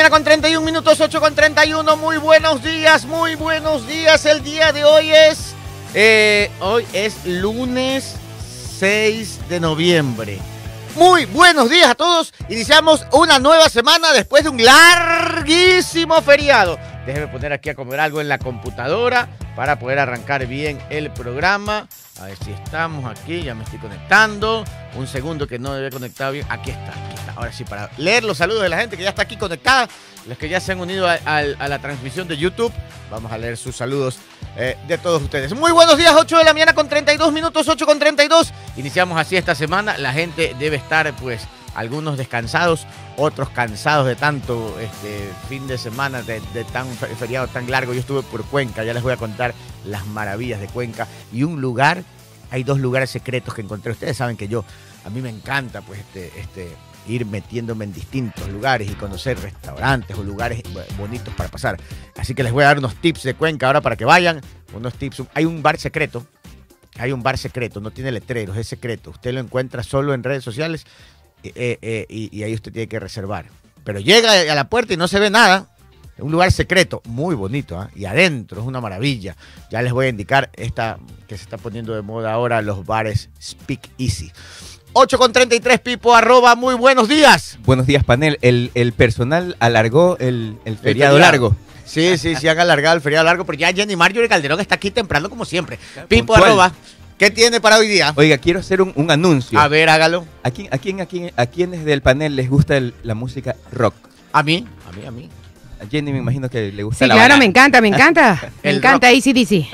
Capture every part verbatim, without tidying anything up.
mañana con treinta y un minutos, ocho con treinta y uno. Muy buenos días, muy buenos días. El día de hoy es, eh, hoy es lunes seis de noviembre. Muy buenos días a todos. Iniciamos una nueva semana después de un larguísimo feriado. Déjeme poner aquí a comer algo en la computadora para poder arrancar bien el programa. A ver si estamos aquí, ya me estoy conectando. Un segundo que no me había conectado bien. Aquí está, aquí está. Ahora sí, para leer los saludos de la gente que ya está aquí conectada, los que ya se han unido a, a, a la transmisión de YouTube. Vamos a leer sus saludos eh, de todos ustedes. Muy buenos días, ocho de la mañana con treinta y dos minutos, ocho con treinta y dos. Iniciamos así esta semana. La gente debe estar, pues, algunos descansados, otros cansados de tanto este fin de semana, de, de tan feriado tan largo. Yo estuve por Cuenca, ya les voy a contar las maravillas de Cuenca. Y un lugar, hay dos lugares secretos que encontré. Ustedes saben que yo, a mí me encanta pues este, este ir metiéndome en distintos lugares y conocer restaurantes o lugares bonitos para pasar. Así que les voy a dar unos tips de Cuenca ahora para que vayan. Unos tips. Hay un bar secreto, hay un bar secreto, no tiene letreros, es secreto. Usted lo encuentra solo en redes sociales. Eh, eh, y, y ahí usted tiene que reservar. Pero llega a la puerta y no se ve nada. Es un lugar secreto, muy bonito, ¿eh? Y adentro es una maravilla. Ya les voy a indicar esta que se está poniendo de moda ahora, los bares Speak Easy. ocho con treinta y tres, Pipo, arroba, muy buenos días. Buenos días, panel. El, el personal alargó el, el feriado largo. Sí, sí, sí, han alargado el feriado largo, pero ya Jenny Marjorie Calderón está aquí temprano como siempre. Pipo, Puntual. arroba. ¿Qué tiene para hoy día? Oiga, quiero hacer un, un anuncio. A ver, hágalo. ¿A quién, a quién, a quién, a quiénes del panel les gusta el, la música rock? A mí, a mí, a mí. A Jenny me imagino que le gusta Sí, la claro, balada. me encanta, me encanta. Me El encanta rock. A C D C.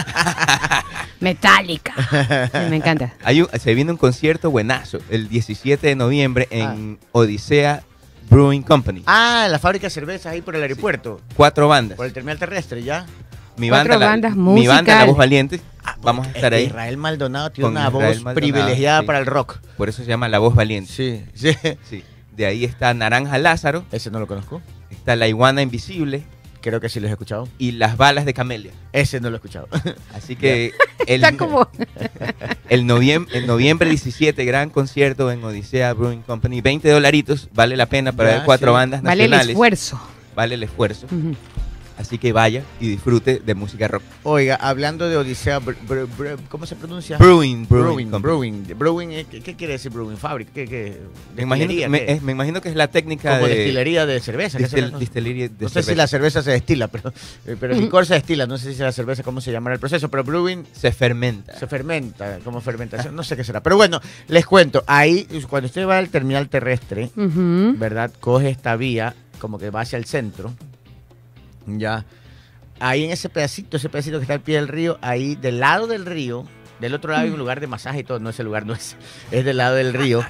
Metallica. Sí, me encanta. Hay un, se viene un concierto buenazo el diecisiete de noviembre en Ah. Odisea Brewing Company. Ah, la fábrica de cervezas ahí por el aeropuerto. Cuatro bandas. Por el terminal terrestre, ¿ya? Mi Cuatro banda, la- bandas mi banda, La musicales. Voz Valiente. Ah, Vamos a porque estar ahí. Israel Maldonado tiene Con una Israel voz Maldonado, privilegiada sí. para el rock. Por eso se llama La Voz Valiente. Sí, sí. Sí. De ahí está Naranja Lázaro, Ese no lo conozco. está La Iguana Invisible Creo que sí lo he escuchado. y Las Balas de Camelia. Ese no lo he escuchado. Así que el, Está como... el noviembre, el noviembre diecisiete, gran concierto en Odisea Brewing Company. veinte dolaritos, vale la pena para Ya, ver cuatro sí. bandas Vale el nacionales. esfuerzo. Vale el esfuerzo. Ujú. Así que vaya y disfrute de música rock. Oiga, hablando de Odisea, br- br- br- ¿cómo se pronuncia? Brewing, Brewing, Brewing, Company. brewing. Brewing, eh, ¿qué, qué quiere decir brewing? ¿Fábrica? ¿Qué, qué? Me imagino, ¿Destilería? me, ¿Qué? es- me imagino que es la técnica Como de destilería de cerveza. ¿qué distil- será? No, distillería de no sé cerveza. si la cerveza se destila, pero, eh, pero el licor se destila. No sé si la cerveza, cómo se llamará el proceso, pero brewing Se fermenta. se fermenta, como fermentación, no sé qué será. Pero bueno, les cuento, ahí cuando usted va al terminal terrestre, Ujú. ¿verdad? Coge esta vía como que va hacia el centro, ya. Ahí en ese pedacito, ese pedacito que está al pie del río, ahí del lado del río, del otro lado hay un lugar de masaje y todo, no, ese lugar no es, es del lado del río.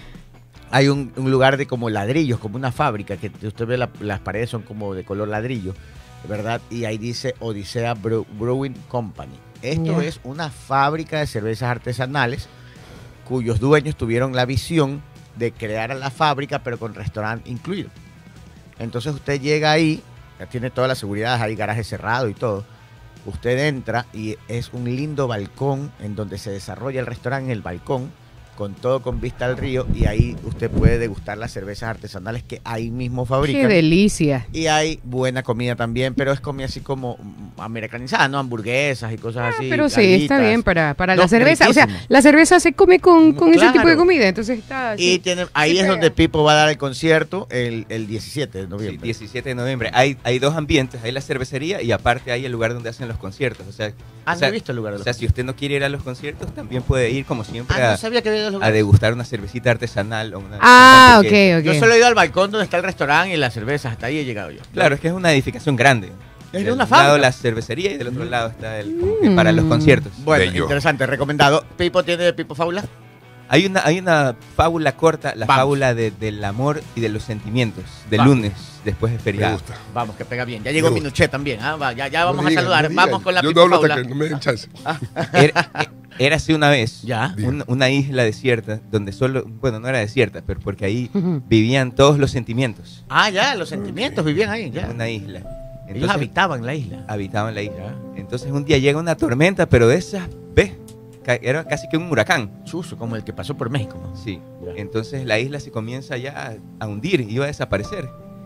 Hay un, un lugar de como ladrillos, como una fábrica, que usted ve la- las paredes son como de color ladrillo, ¿verdad? Y ahí dice Odisea Brew- Brewing Company. Esto Ya. es una fábrica de cervezas artesanales cuyos dueños tuvieron la visión de crear la fábrica, pero con restaurante incluido. Entonces usted llega ahí, ya tiene toda la seguridad, hay garaje cerrado y todo. Usted entra y es un lindo balcón en donde se desarrolla el restaurante en el balcón, con todo con vista al río, y ahí usted puede degustar las cervezas artesanales que ahí mismo Qué fabrican. delicia. Y hay buena comida también, pero es comida así como mm, americanizada, ¿no? Hamburguesas y cosas así. Ah, pero sí, está alitas. bien para, para No, la cerveza. O sea, riquísimo. la cerveza se come con, con ese Claro. tipo de comida, entonces está... Y sí. tiene, ahí Sí es pega. donde Pipo va a dar el concierto el, el diecisiete de Sí, noviembre. diecisiete de noviembre. Hay, hay dos ambientes, hay la cervecería y aparte hay el lugar donde hacen los conciertos. O sea, Ah, o no sea, he visto el lugar de o los sea, si usted no quiere ir a los conciertos, también puede ir como siempre Ah, a, no sabía que había dos a lugares. degustar una cervecita artesanal. O una, Ah, una hamburguesa. ok, ok. Yo solo he ido al balcón donde está el restaurante y las cervezas, hasta ahí he llegado yo. Claro, es que es una edificación grande. Es de Del una lado fábrica. la cervecería y del otro lado está el como que para los Mm. conciertos. Bueno, Bello. interesante, recomendado. ¿Pipo tiene Pipo Fábula? Hay una, hay una fábula corta, la Vamos. fábula de- del amor y de los sentimientos, del Vamos. lunes, después de Me feriado. gusta. Vamos, que pega bien. Ya llegó Me gusta. Minuché también. ¿ah? Va, ya, ya vamos No a digan, saludar. no digan. Vamos con la Yo Pipo no hablo hasta Fábula. que no me den chance. Era, érase una vez Ya. Dime. una, una isla desierta donde solo, bueno, no era desierta, pero porque ahí Ujú. vivían todos los sentimientos. Ah, ya, los sentimientos vivían ahí, ya. Una isla. Ellos habitaban la isla. habitaban la isla. Entonces un día llega una tormenta, pero de esas, ¿ves? Ca- Era casi que un huracán. Chuzo, como el que pasó por México, ¿no? Sí. Ya. Entonces la isla se comienza ya a, a hundir, iba a desaparecer.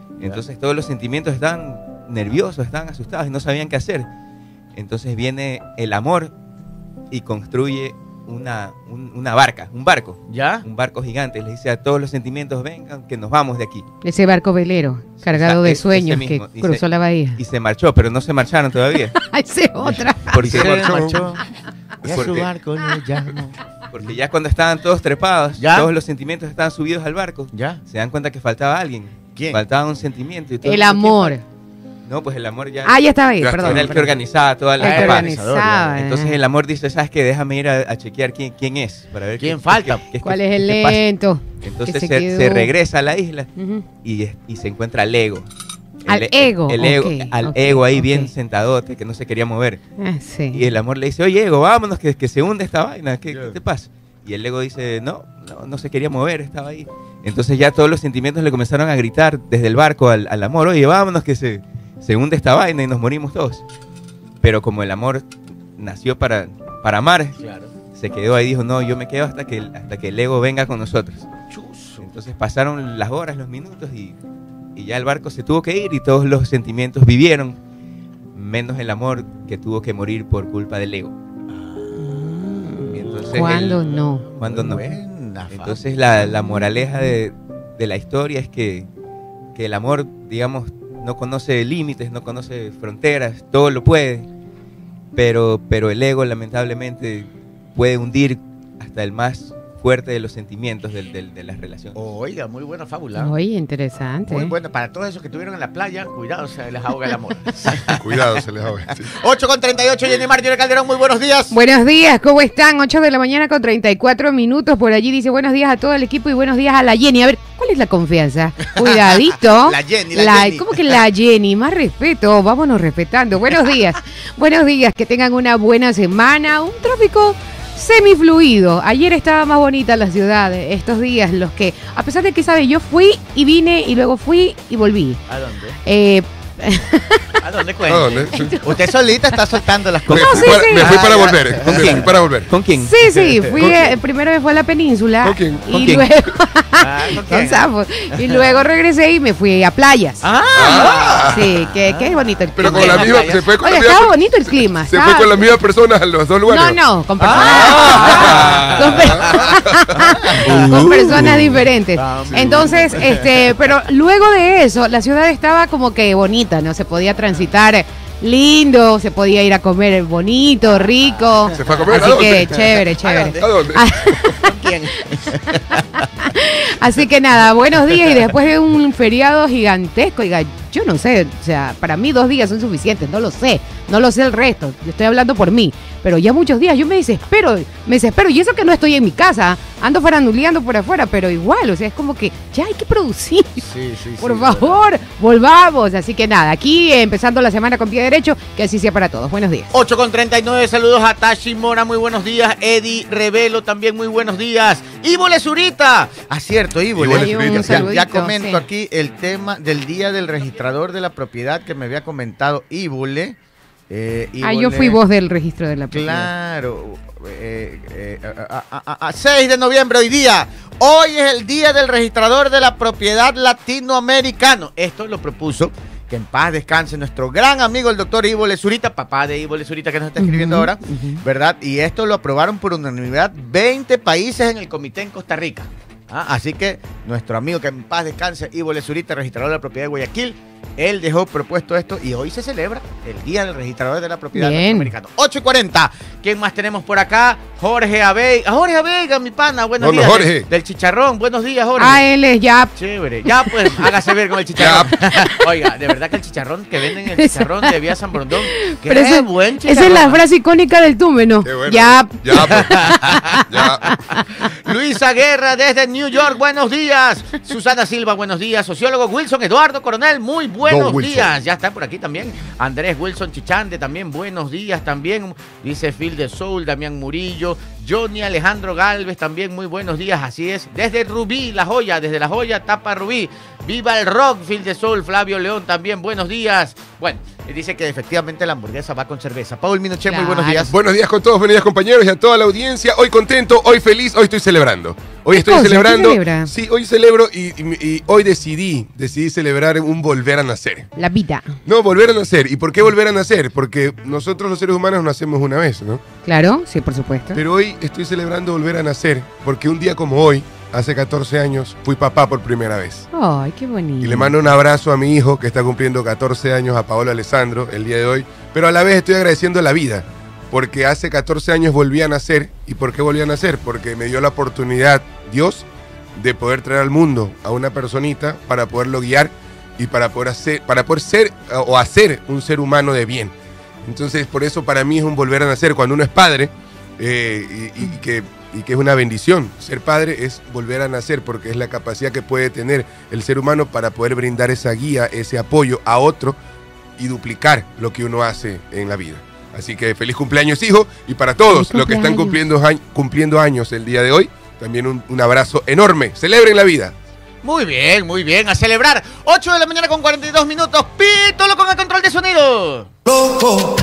Entonces todos los sentimientos estaban nerviosos, estaban asustados y no sabían qué hacer. Entonces viene el amor y construye una, un- una barca, un barco, ¿Ya? un barco gigante. Les dice a todos los sentimientos, vengan, que nos vamos de aquí. Ese barco velero, cargado Esa- de ese sueños, mismo. que Y cruzó se- la bahía. Y se marchó, pero no se marcharon todavía. Esa es otra. Porque, Se marchó. Y a su Porque- barco le llamó. porque ya cuando estaban todos trepados, ¿Ya? todos los sentimientos estaban subidos al barco, ¿Ya? se dan cuenta que faltaba alguien. ¿Quién? Faltaba un sentimiento. Y todo El mundo, amor. ¿quién falta? No, pues el amor ya Ah, ya estaba ahí, Ya perdón. era el que organizaba toda la El que Ah, parte. organizaba. Entonces eh. el amor dice, ¿sabes qué? Déjame ir a, a chequear quién, quién es. Para ver ¿Quién qué- falta? qué- qué- ¿Cuál qué- es el qué pasa. lento? Entonces que se, se quedó? se regresa a la isla Ujú. y, y se encuentra al ego. Al El- ego, El ego, ok, al ok, ego ahí ok. bien sentadote, que no se quería mover. Ah, sí. Y el amor le dice, oye, ego, vámonos, que, que se hunde esta vaina. ¿Qué, Ya. qué te pasa? Y el ego dice, no, no, no se quería mover, estaba ahí. Entonces ya todos los sentimientos le comenzaron a gritar desde el barco al, al amor, oye, vámonos, que se, se hunde esta vaina y nos morimos todos. Pero como el amor nació para, para amar, Claro. se quedó ahí y dijo, no, yo me quedo hasta que, el- hasta que el ego venga con nosotros. Chuzo. Entonces pasaron las horas, los minutos y, y ya el barco se tuvo que ir y todos los sentimientos vivieron, menos el amor que tuvo que morir por culpa del ego. Y entonces ¿Cuándo el- no? ¿Cuándo no? Buena fa- Entonces la, la moraleja de, de la historia es que, que el amor, digamos, no conoce límites, no conoce fronteras, todo lo puede, pero, pero el ego lamentablemente puede hundir hasta el más fuerte de los sentimientos del- del- de las relaciones. Oiga, muy buena fábula. Oye, interesante. Muy buena. Para todos esos que estuvieron en la playa, cuidado, se les ahoga el amor. Cuidado, se les ahoga. Sí. ocho con treinta y ocho, Jenny Marjorie Calderón, muy buenos días. Buenos días, ¿cómo están? ocho de la mañana con treinta y cuatro minutos. Por allí dice buenos días a todo el equipo y buenos días a la Jenny. A ver, ¿cuál es la confianza? Cuidadito. La Jenny, la Jenny. ¿Cómo que la Jenny? Más respeto, vámonos respetando. Buenos días, buenos días, que tengan una buena semana. Un trópico semifluido. Ayer estaba más bonita la ciudad, estos días, los que, a pesar de que, ¿sabe? Yo fui y vine y luego fui y volví. ¿A dónde? Eh, ¿A dónde ¿A cuenta? dónde? Usted solita está soltando las Me cosas. fui sí, para, sí. me fui Ah, para ya. volver. ¿Con Me quién? fui para volver. ¿Con quién? sí, sí, fui, ¿Con eh, quién? primero me fue a la península. ¿Con quién? ¿Con Y quién? luego, Ah, ¿con quién? con sapos. Y luego regresé y me fui a playas. Ah, Sí, que, que es bonito el Pero clima. con la ¿En misma, playa? se fue con Oye, la misma estaba per- bonito el clima. Se fue estaba- con las mismas personas a los dos lugares. No, no, con personas, Ah. con, per- con personas diferentes. También. Entonces, este, pero luego de eso, la ciudad estaba como que bonita, ¿no? Se podía transitar lindo, se podía ir a comer bonito, rico. ¿Se fue a comer? Así ¿A que dónde? chévere, chévere. ¿A dónde? ¿con quién? Así que nada, buenos días y después de un feriado gigantesco, oiga, yo no sé, o sea, para mí dos días son suficientes, no lo sé, no lo sé el resto, yo estoy hablando por mí, pero ya muchos días yo me desespero, me desespero y eso que no estoy en mi casa, ando faranduleando por afuera, pero igual, o sea, es como que ya hay que producir. Sí, sí, Por sí, favor, volvamos. Así que nada, aquí eh, empezando la semana con pie derecho, que así sea para todos. Buenos días. ocho con treinta y nueve, saludos a Tashi Mora, muy buenos días. Eddie Revelo, también muy buenos días. Íbole Zurita. Ah, cierto, Íbole. Íbole Hay un Zurita, Ya, sí. saludito, ya comento sí. aquí el tema del día del registrador de la propiedad que me había comentado Íbole. Eh, Ah, yo Íbole- fui voz del registro de la propiedad. Claro. Eh, eh, a- a- a- a- seis de noviembre, hoy día. Hoy es el día del registrador de la propiedad latinoamericano. Esto lo propuso, que en paz descanse, nuestro gran amigo el doctor Íbole Zurita, papá de Íbole Zurita que nos está escribiendo Ujú, ahora, ujú. ¿verdad? Y esto lo aprobaron por unanimidad veinte países en el comité en Costa Rica. Ah, así que nuestro amigo que en paz descanse, Íbole Zurita, registrador de la propiedad de Guayaquil, él dejó propuesto esto y hoy se celebra el Día del Registrador de la Propiedad Bien. Latinoamericano. ocho y cuarenta. ¿Quién más tenemos por acá? Jorge Abeiga. Jorge Abeiga, mi pana. Buenos Hola, días. Jorge. Del, del Chicharrón. Buenos días, Jorge. Ah, él es ya. Chévere. Ya, pues, hágase ver con el chicharrón. Oiga, de verdad que el chicharrón que venden el chicharrón de Vía San Borondón. Qué Pero ese- buen Esa es chicharrón. la frase icónica del túmeno. Qué bueno. Ya. Ya, pues. Ya. Luisa Guerra desde New York, buenos días. Susana Silva, buenos días. Sociólogo Wilson Eduardo Coronel, muy buenos Don Wilson. días. Ya está por aquí también. Andrés Wilson Chichande, también buenos días también. Dice Phil de Soul, Damián Murillo. Johnny Alejandro Galvez, también muy buenos días. Así es. Desde Rubí, La Joya, desde La Joya, Tapa Rubí. Viva el rock, Phil de Soul, Flavio León, también buenos días. Bueno, Y dice que efectivamente la hamburguesa va con cerveza. Paul Minoche, Claro. muy buenos días. Buenos días con todos, buenos días compañeros y a toda la audiencia. Hoy contento, hoy feliz, hoy estoy celebrando. Hoy estoy cosa? celebrando. ¿Qué celebra? Sí, hoy celebro y, y- y hoy decidí, decidí celebrar un volver a nacer. La vida. No, volver a nacer. ¿Y por qué volver a nacer? Porque nosotros los seres humanos nacemos una vez, ¿no? Claro, sí, por supuesto. Pero hoy estoy celebrando volver a nacer porque un día como hoy, hace catorce años, fui papá por primera vez. Ay, qué bonito. Y le mando un abrazo a mi hijo que está cumpliendo catorce años, a Paolo Alessandro, el día de hoy. Pero a la vez estoy agradeciendo a la vida, porque hace catorce años volví a nacer. ¿Y por qué volví a nacer? Porque me dio la oportunidad, Dios, de poder traer al mundo a una personita para poderlo guiar y para poder hacer, para poder ser o hacer un ser humano de bien. Entonces, por eso para mí es un volver a nacer. Cuando uno es padre, eh, y, y que, y que es una bendición. Ser padre es volver a nacer porque es la capacidad que puede tener el ser humano para poder brindar esa guía, ese apoyo a otro y duplicar lo que uno hace en la vida. Así que feliz cumpleaños, hijo, y para todos Feliz los que están cumpleaños. cumpliendo, años- cumpliendo años el día de hoy, también un, un abrazo enorme. Celebren la vida. Muy bien, muy bien. A celebrar. ocho de la mañana con cuarenta y dos minutos. Pítolo con el control de sonido. Loco,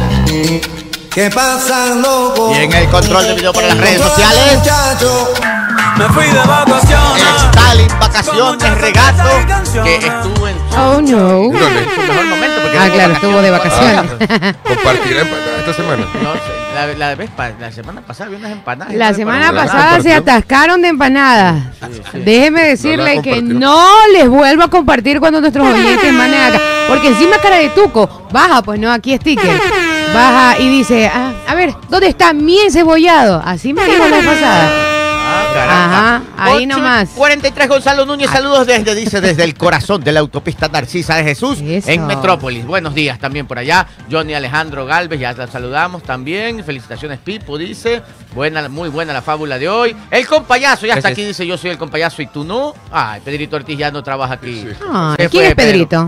¿qué pasa, loco? Y en el control de video para las redes sociales. Muchacho, Me fui de vacaciones. Stalin Vacaciones Regato, que estuvo en Oh, no. ¿Dónde? su mejor momento. porque Ah, estuvo claro, estuvo de vacaciones. Compartirá empanada esta semana. No, la, la, vez pa- la semana pasada vi unas empanadas. La No me semana acuerdo. pasada se compartió. atascaron de empanadas. Déjeme No decirle la que compartió. no les vuelvo a compartir cuando nuestros oyentes manden acá. Porque encima cara de tuco, baja, pues no, aquí sticker. Baja y dice, ah, a ver, ¿dónde está mi encebollado? Así me dijo la vez pasada. Ah, caramba. Ajá, ahí ocho y nomás. cuarenta y tres Gonzalo Núñez, saludos desde, dice, desde el corazón de la autopista Narcisa de Jesús Eso. en Metrópolis. Buenos días también por allá. Johnny Alejandro Galvez, ya la saludamos también. Felicitaciones, Pipo, dice. Buena, muy buena la fábula de hoy. El compayazo, ya está Gracias. aquí, dice, yo soy el compayazo y tú no. Ay, Pedrito Ortiz ya no trabaja aquí. Sí. Ay, Se ¿quién fue, es Pedrito?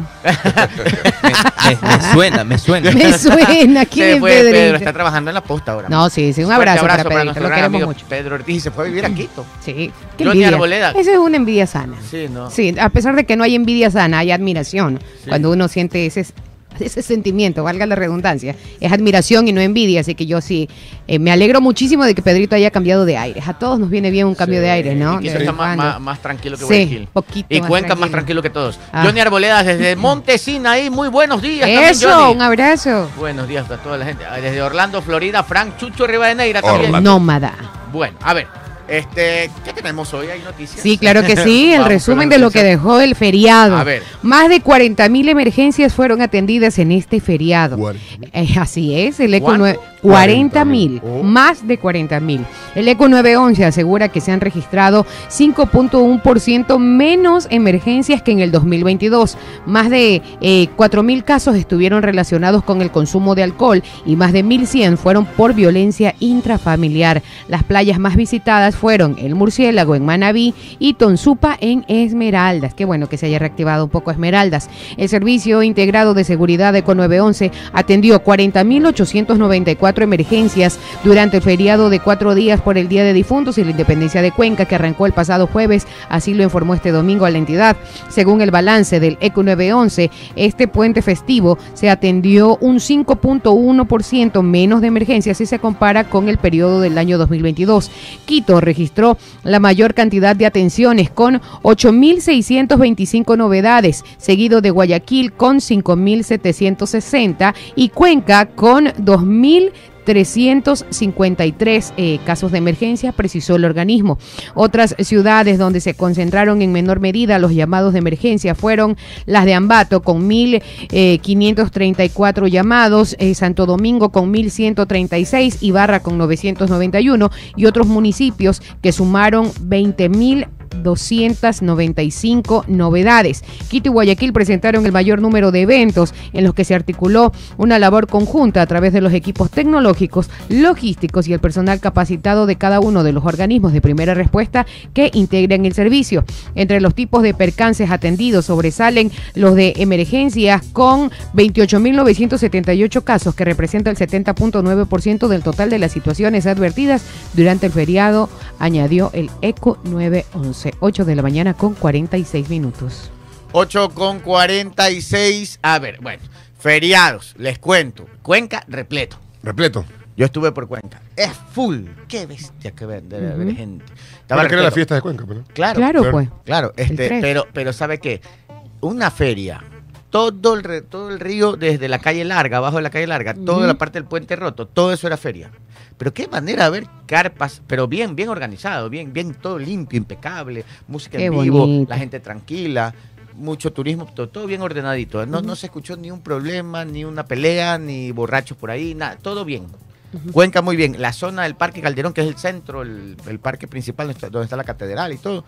Me, me- me suena, me suena. Me suena, ¿quién Se es fue Pedro, Pedrito? está trabajando en la posta ahora. No, sí, sí, un Fuerte abrazo, para para Pedrito, nuestro lo gran queremos amigo mucho. Pedro Ortiz y se fue a vivir a Quito. Sí, qué Johnny envidia. Arboleda. Eso es una envidia sana. Sí, ¿no? Sí, a pesar de que no hay envidia sana, hay admiración. Sí. Cuando uno siente ese, ese sentimiento, valga la redundancia, es admiración y no envidia. Así que yo sí, eh, me alegro muchísimo de que Pedrito haya cambiado de aires. A todos nos viene bien un cambio de aire, ¿no? Y que De eso vez está en más, cuando. más, más tranquilo que Sí, Guayaquil. poquito Y más Cuenca más tranquilo. tranquilo que todos. Ah. Johnny Arboleda desde Montesina ahí, muy buenos días. también, Eso, Johnny. un abrazo. Buenos días a toda la gente. Ah, Desde Orlando, Florida, Frank Chucho Rivadeneira también. Orlando. Nómada. Bueno, a ver, este, ¿qué tenemos hoy? ¿Hay noticias? Sí, claro que sí, el Vamos resumen con de la lo que noticia. dejó el feriado. A ver. Más de cuarenta mil emergencias fueron atendidas en este feriado. cuarenta mil. Eh, así es, el ECO ¿Cuánto? nueve cuarenta mil, Oh. más de cuarenta mil. El ECO nueve once asegura que se han registrado cinco punto uno por ciento menos emergencias que en el dos mil veintidós. Más de eh, cuatro mil casos estuvieron relacionados con el consumo de alcohol y más de mil cien fueron por violencia intrafamiliar. Las playas más visitadas fueron El Murciélago en Manabí y Tonsupa en Esmeraldas. Qué bueno que se haya reactivado un poco Esmeraldas. El Servicio Integrado de Seguridad de ECO nueve once atendió cuarenta mil ochocientos noventa y cuatro durante durante el feriado de cuatro días por el Día de Difuntos y la Independencia de Cuenca, que arrancó el pasado jueves, así lo informó este domingo a la entidad. Según el balance del ECO nueve once, este puente festivo se atendió un cinco punto uno por ciento menos de emergencias si se compara con el periodo del año dos mil veintidós. Quito registró la mayor cantidad de atenciones con ocho mil seiscientos veinticinco novedades, seguido de Guayaquil con cinco mil setecientos sesenta y Cuenca con dos mil trescientos cincuenta y tres eh, casos de emergencia, precisó el organismo. Otras ciudades donde se concentraron en menor medida los llamados de emergencia fueron las de Ambato con mil quinientos treinta y cuatro llamados, eh, Santo Domingo con mil ciento treinta y seis, Ibarra con novecientos noventa y uno y otros municipios que sumaron veinte mil doscientos noventa y cinco novedades. Quito y Guayaquil presentaron el mayor número de eventos en los que se articuló una labor conjunta a través de los equipos tecnológicos, logísticos y el personal capacitado de cada uno de los organismos de primera respuesta que integran el servicio. Entre los tipos de percances atendidos sobresalen los de emergencias con veintiocho mil novecientos setenta y ocho casos, que representa el setenta punto nueve por ciento del total de las situaciones advertidas durante el feriado, añadió el ECO nueve once. ocho de la mañana con cuarenta y seis minutos. ocho con cuarenta y seis. A ver, bueno. Feriados, les cuento. Cuenca repleto. Repleto. Yo estuve por Cuenca. Es full. Qué bestia que ver, de Ujú. ver gente. Estaba Para que era la repleto. fiesta de Cuenca, pero. Claro, Claro, claro. pues. claro. Este, tres. pero, pero ¿sabe qué? Una feria. Todo el, re- todo el río, desde la calle larga, abajo de la calle larga, toda Ujú. la parte del puente roto, todo eso era feria. Pero qué manera de ver carpas, pero bien, bien organizado, bien, bien todo limpio, impecable, música Qué en vivo, bonito. la gente tranquila, mucho turismo, todo, todo bien ordenadito. No, no se escuchó ni un problema, ni una pelea, ni borrachos por ahí, nada, todo bien. Cuenca muy bien. La zona del Parque Calderón, que es el centro, el, el parque principal, donde está, donde está la catedral y todo,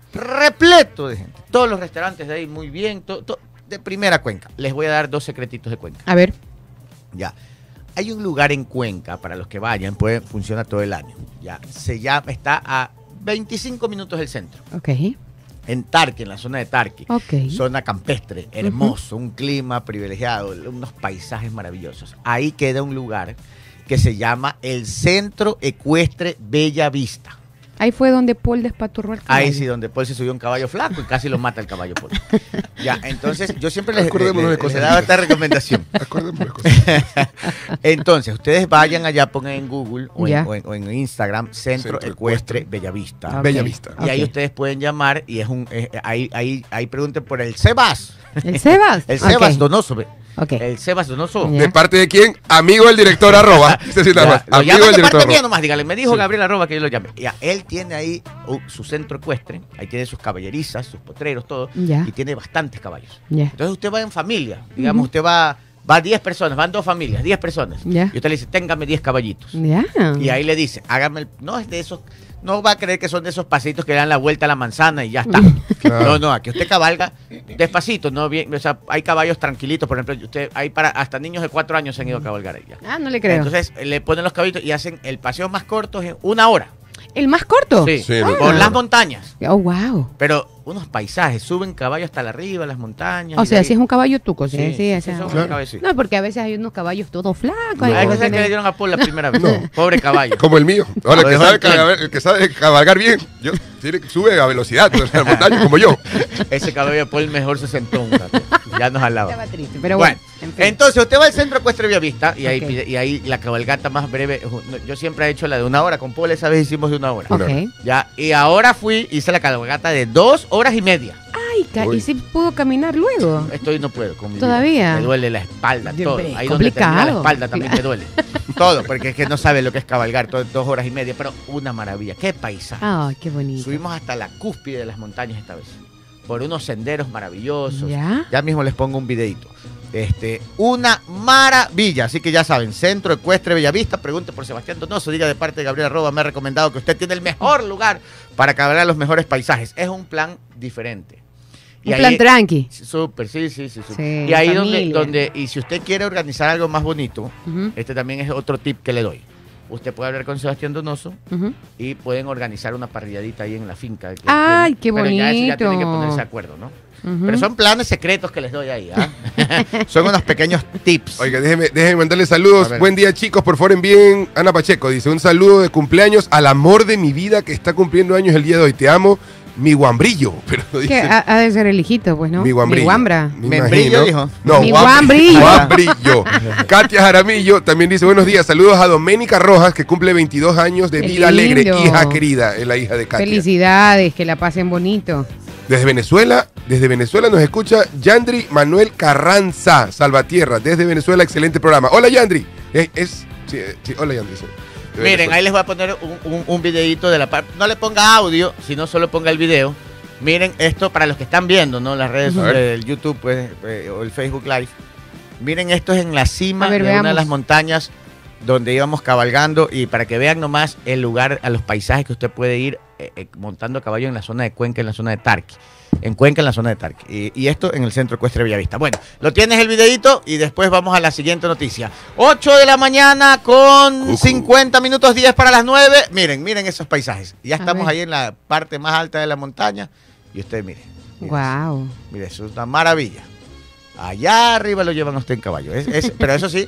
repleto de gente. Todos los restaurantes de ahí muy bien, todo, todo de primera Cuenca. Les voy a dar dos secretitos de Cuenca. A ver. Ya. Hay un lugar en Cuenca, para los que vayan, puede funcionar todo el año. Ya. Se llama, está a veinticinco minutos del centro. Ok. En Tarqui, en la zona de Tarqui. Ok. Zona campestre, hermoso, un clima privilegiado, unos paisajes maravillosos. Ahí queda un lugar que se llama el Centro Ecuestre Bella Vista. Ahí fue donde Paul despaturró el caballo. Ahí sí, donde Paul se subió a un caballo flaco y casi lo mata el caballo Paul. Ya, entonces yo siempre les, les, Acordémonos de les- cosas les he dado lindas. esta recomendación. Acordémonos de cosas. Entonces, ustedes vayan allá, pongan en Google o en, Ya. o en- o en Instagram Centro, Centro Ecuestre Ecuestre. Bellavista. Ok. Bella Vista. Y ahí Ok. ustedes pueden llamar y es un eh, ahí, ahí, ahí pregunten por el Sebas. ¿El Sebas? El Sebas Ok. Donoso. ve. Ok. El Sebas Donoso. Ya. ¿De parte de quién? Amigo del director arroba. Dice así nada Ya, más. lo Amigo llaman del de director parte mía arroba. nomás, dígale. Me dijo Sí. Gabriel Arroba que yo lo llame. Ya, él tiene ahí uh, su centro ecuestre, ahí tiene sus caballerizas, sus potreros, todo, Ya. y tiene bastantes caballos. Ya. Entonces usted va en familia, digamos, Ujú. usted va, va diez personas, van dos familias, diez personas, Ya. y usted le dice, téngame diez caballitos. Ya. Y ahí le dice, hágame el, no es de esos, no va a creer que son de esos pasitos que dan la vuelta a la manzana y ya está. Claro. No, no, aquí usted cabalga despacito, no bien, o sea, hay caballos tranquilitos, por ejemplo, usted hay para hasta niños de cuatro años se han ido a cabalgar ahí ya. Ah, no le creo. Entonces le ponen los caballitos y hacen el paseo más corto en una hora. ¿El más corto? Sí, Sí, por no, las no. montañas. Oh, wow. Pero unos paisajes, suben caballos hasta la arriba, las montañas. O y sea, de si es ahí- un caballo tuco, sí, Sí, sí, sí, ese- son unos Claro. cabecitos. No, porque a veces hay unos caballos todos flacos. No. hay Hay otros que ser que que le tienen- dieron a Paul la primera vez. No. Pobre caballo. Como el mío. Ahora, Lo el que, dejó sabe en tren. cabalgar, el que sabe cabalgar bien, yo, tiene que sube a velocidad en la montaña, como yo. Ese caballo de Paul mejor se sentó un rato. Ya nos jalaba. Estaba triste, pero bueno. Bueno, en fin. entonces usted va al centro Ecuestre Villavista y ahí, Ok. pide- y ahí la cabalgata más breve. Yo siempre he hecho la de una hora. Con Paul esa vez hicimos de una hora. Ok. Ya, y ahora fui, hice la cabalgata de dos horas y media. Ay, ca- Uy. ¿y si pudo caminar luego? Estoy no puedo con mi ¿Todavía? vida. Me duele la espalda, Dios todo. mío, Ahí donde termina la complicado. espalda también me duele. Todo, porque es que no sabe lo que es cabalgar, todo, dos horas y media, pero una maravilla. Qué paisaje. Ay, qué bonito. Subimos hasta la cúspide de las montañas esta vez, por unos senderos maravillosos. ¿Ya? Ya mismo les pongo un videito. Este, una maravilla. Así que ya saben, Centro Ecuestre Bellavista. Pregunte por Sebastián Donoso. Diga de parte de Gabriel Arroba, me ha recomendado que usted tiene el mejor lugar para cabalgar los mejores paisajes. Es un plan diferente. Un plan tranqui. Súper, sí, sí, sí. súper. Sí, y ahí donde, familia. donde, y si usted quiere organizar algo más bonito, Ujú, este también es otro tip que le doy. Usted puede hablar con Sebastián Donoso ujú. y pueden organizar una parrilladita ahí en la finca. que Ay, tiene. qué Pero ya eso ya bonito. tienen que ponerse de acuerdo, ¿no? Ujú. Pero son planes secretos que les doy ahí, ¿ah? Son unos pequeños tips. Oiga, déjeme, déjeme mandarle saludos. A ver. Buen día, chicos. Por favor, envíen. Ana Pacheco dice: un saludo de cumpleaños al amor de mi vida que está cumpliendo años el día de hoy. Te amo, mi guambrillo. Pero no Que dice. ha, ha de ser el hijito, pues, ¿no? Mi guambrillo. Mi guambra. Me Membrillo, imagino. dijo. No, Mi guambrillo. guambrillo. Guambrillo. Katia Jaramillo también dice: buenos días. Saludos a Doménica Rojas, que cumple veintidós años de Qué vida alegre. lindo. Hija querida, es la hija de Katia. Felicidades, que la pasen bonito. Desde Venezuela, desde Venezuela nos escucha Yandri Manuel Carranza, Salvatierra, desde Venezuela, excelente programa. Hola Yandri. Es, es- sí, eh, sí, hola Yandri. sí. De Miren, Venezuela. ahí les voy a poner un, un, un videito de la parte. No le ponga audio, sino solo ponga el video. Miren esto para los que están viendo, ¿no? Las redes A ver. del YouTube pues, eh, o el Facebook Live. Miren, esto es en la cima A ver, de una de veamos. las montañas donde íbamos cabalgando y para que vean nomás el lugar, a los paisajes que usted puede ir eh, eh, montando a caballo en la zona de Cuenca, en la zona de Tarqui. En Cuenca, en la zona de Tarqui. Y, y esto en el Centro Ecuestre Bellavista. Bueno, lo tienes el videito y después vamos a la siguiente noticia. ocho de la mañana con Cucu. cincuenta minutos, diez para las nueve. Miren, miren esos paisajes. Ya A estamos ver. ahí en la parte más alta de la montaña y usted mire. mire Wow. Mire, eso es una maravilla. Allá arriba lo llevan a usted en caballo. Es- es- pero eso sí,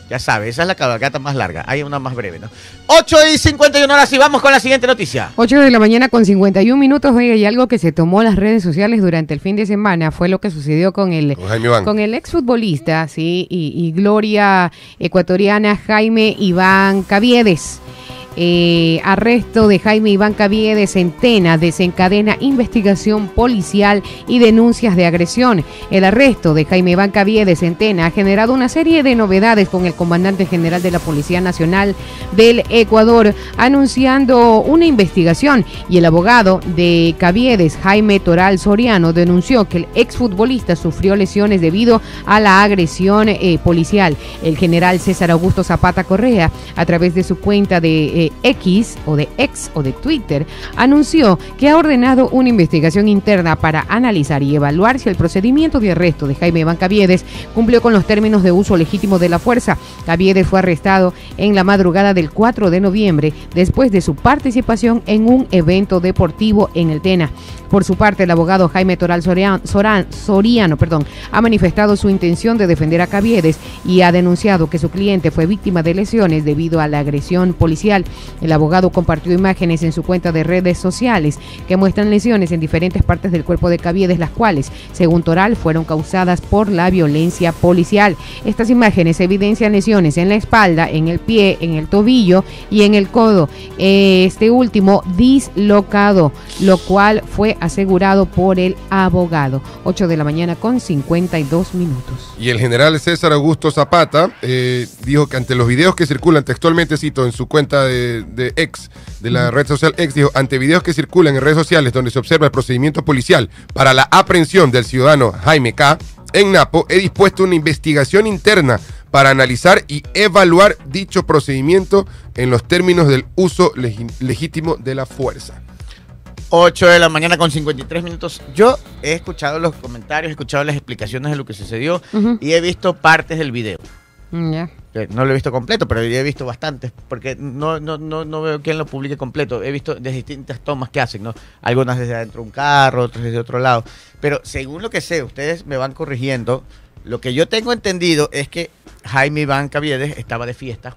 Ya sabes, esa es la cabalgata más larga. Hay una más breve, ¿no? ocho y cincuenta y uno horas y vamos con la siguiente noticia. ocho de la mañana con cincuenta y un minutos, oiga, y algo que se tomó las redes sociales durante el fin de semana fue lo que sucedió con el, Con Jaime Iván. con el exfutbolista, sí, y, y gloria ecuatoriana Jaime Iván Caviedes. Eh, arresto de Jaime Iván Caviedes en Tena desencadena investigación policial y denuncias de agresión. El arresto de Jaime Iván Caviedes en Tena ha generado una serie de novedades con el comandante general de la Policía Nacional del Ecuador anunciando una investigación, y el abogado de Caviedes, Jaime Toral Soriano, denunció que el exfutbolista sufrió lesiones debido a la agresión eh, policial. El general César Augusto Zapata Correa, a través de su cuenta de eh, X o de X o de Twitter, anunció que ha ordenado una investigación interna para analizar y evaluar si el procedimiento de arresto de Jaime Iván Caviedes cumplió con los términos de uso legítimo de la fuerza. Caviedes fue arrestado en la madrugada del cuatro de noviembre después de su participación en un evento deportivo en el Tena. Por su parte, el abogado Jaime Toral Soriano, Soriano perdón, ha manifestado su intención de defender a Caviedes y ha denunciado que su cliente fue víctima de lesiones debido a la agresión policial. El abogado compartió imágenes en su cuenta de redes sociales que muestran lesiones en diferentes partes del cuerpo de Caviedes, las cuales, según Toral, fueron causadas por la violencia policial. Estas imágenes evidencian lesiones en la espalda, en el pie, en el tobillo y en el codo, este último dislocado, lo cual fue asegurado por el abogado. ocho de la mañana con cincuenta y dos minutos. Y el general César Augusto Zapata eh, dijo que ante los videos que circulan, textualmente cito en su cuenta de, de X, de la red social X, dijo, ante videos que circulan en redes sociales donde se observa el procedimiento policial para la aprehensión del ciudadano Jaime K. en Napo, he dispuesto una investigación interna para analizar y evaluar dicho procedimiento en los términos del uso leg- legítimo de la fuerza. ocho de la mañana con cincuenta y tres minutos. Yo he escuchado los comentarios, he escuchado las explicaciones de lo que sucedió Uh-huh. y he visto partes del video. Mm, ya. Eh, No lo he visto completo, pero yo he visto bastantes, porque no, no, no, no veo quién lo publique completo. He visto de distintas tomas que hacen, ¿no? Algunas desde adentro de un carro, otras desde otro lado. Pero según lo que sé, ustedes me van corrigiendo, lo que yo tengo entendido es que Jaime Iván Caviedes estaba de fiesta.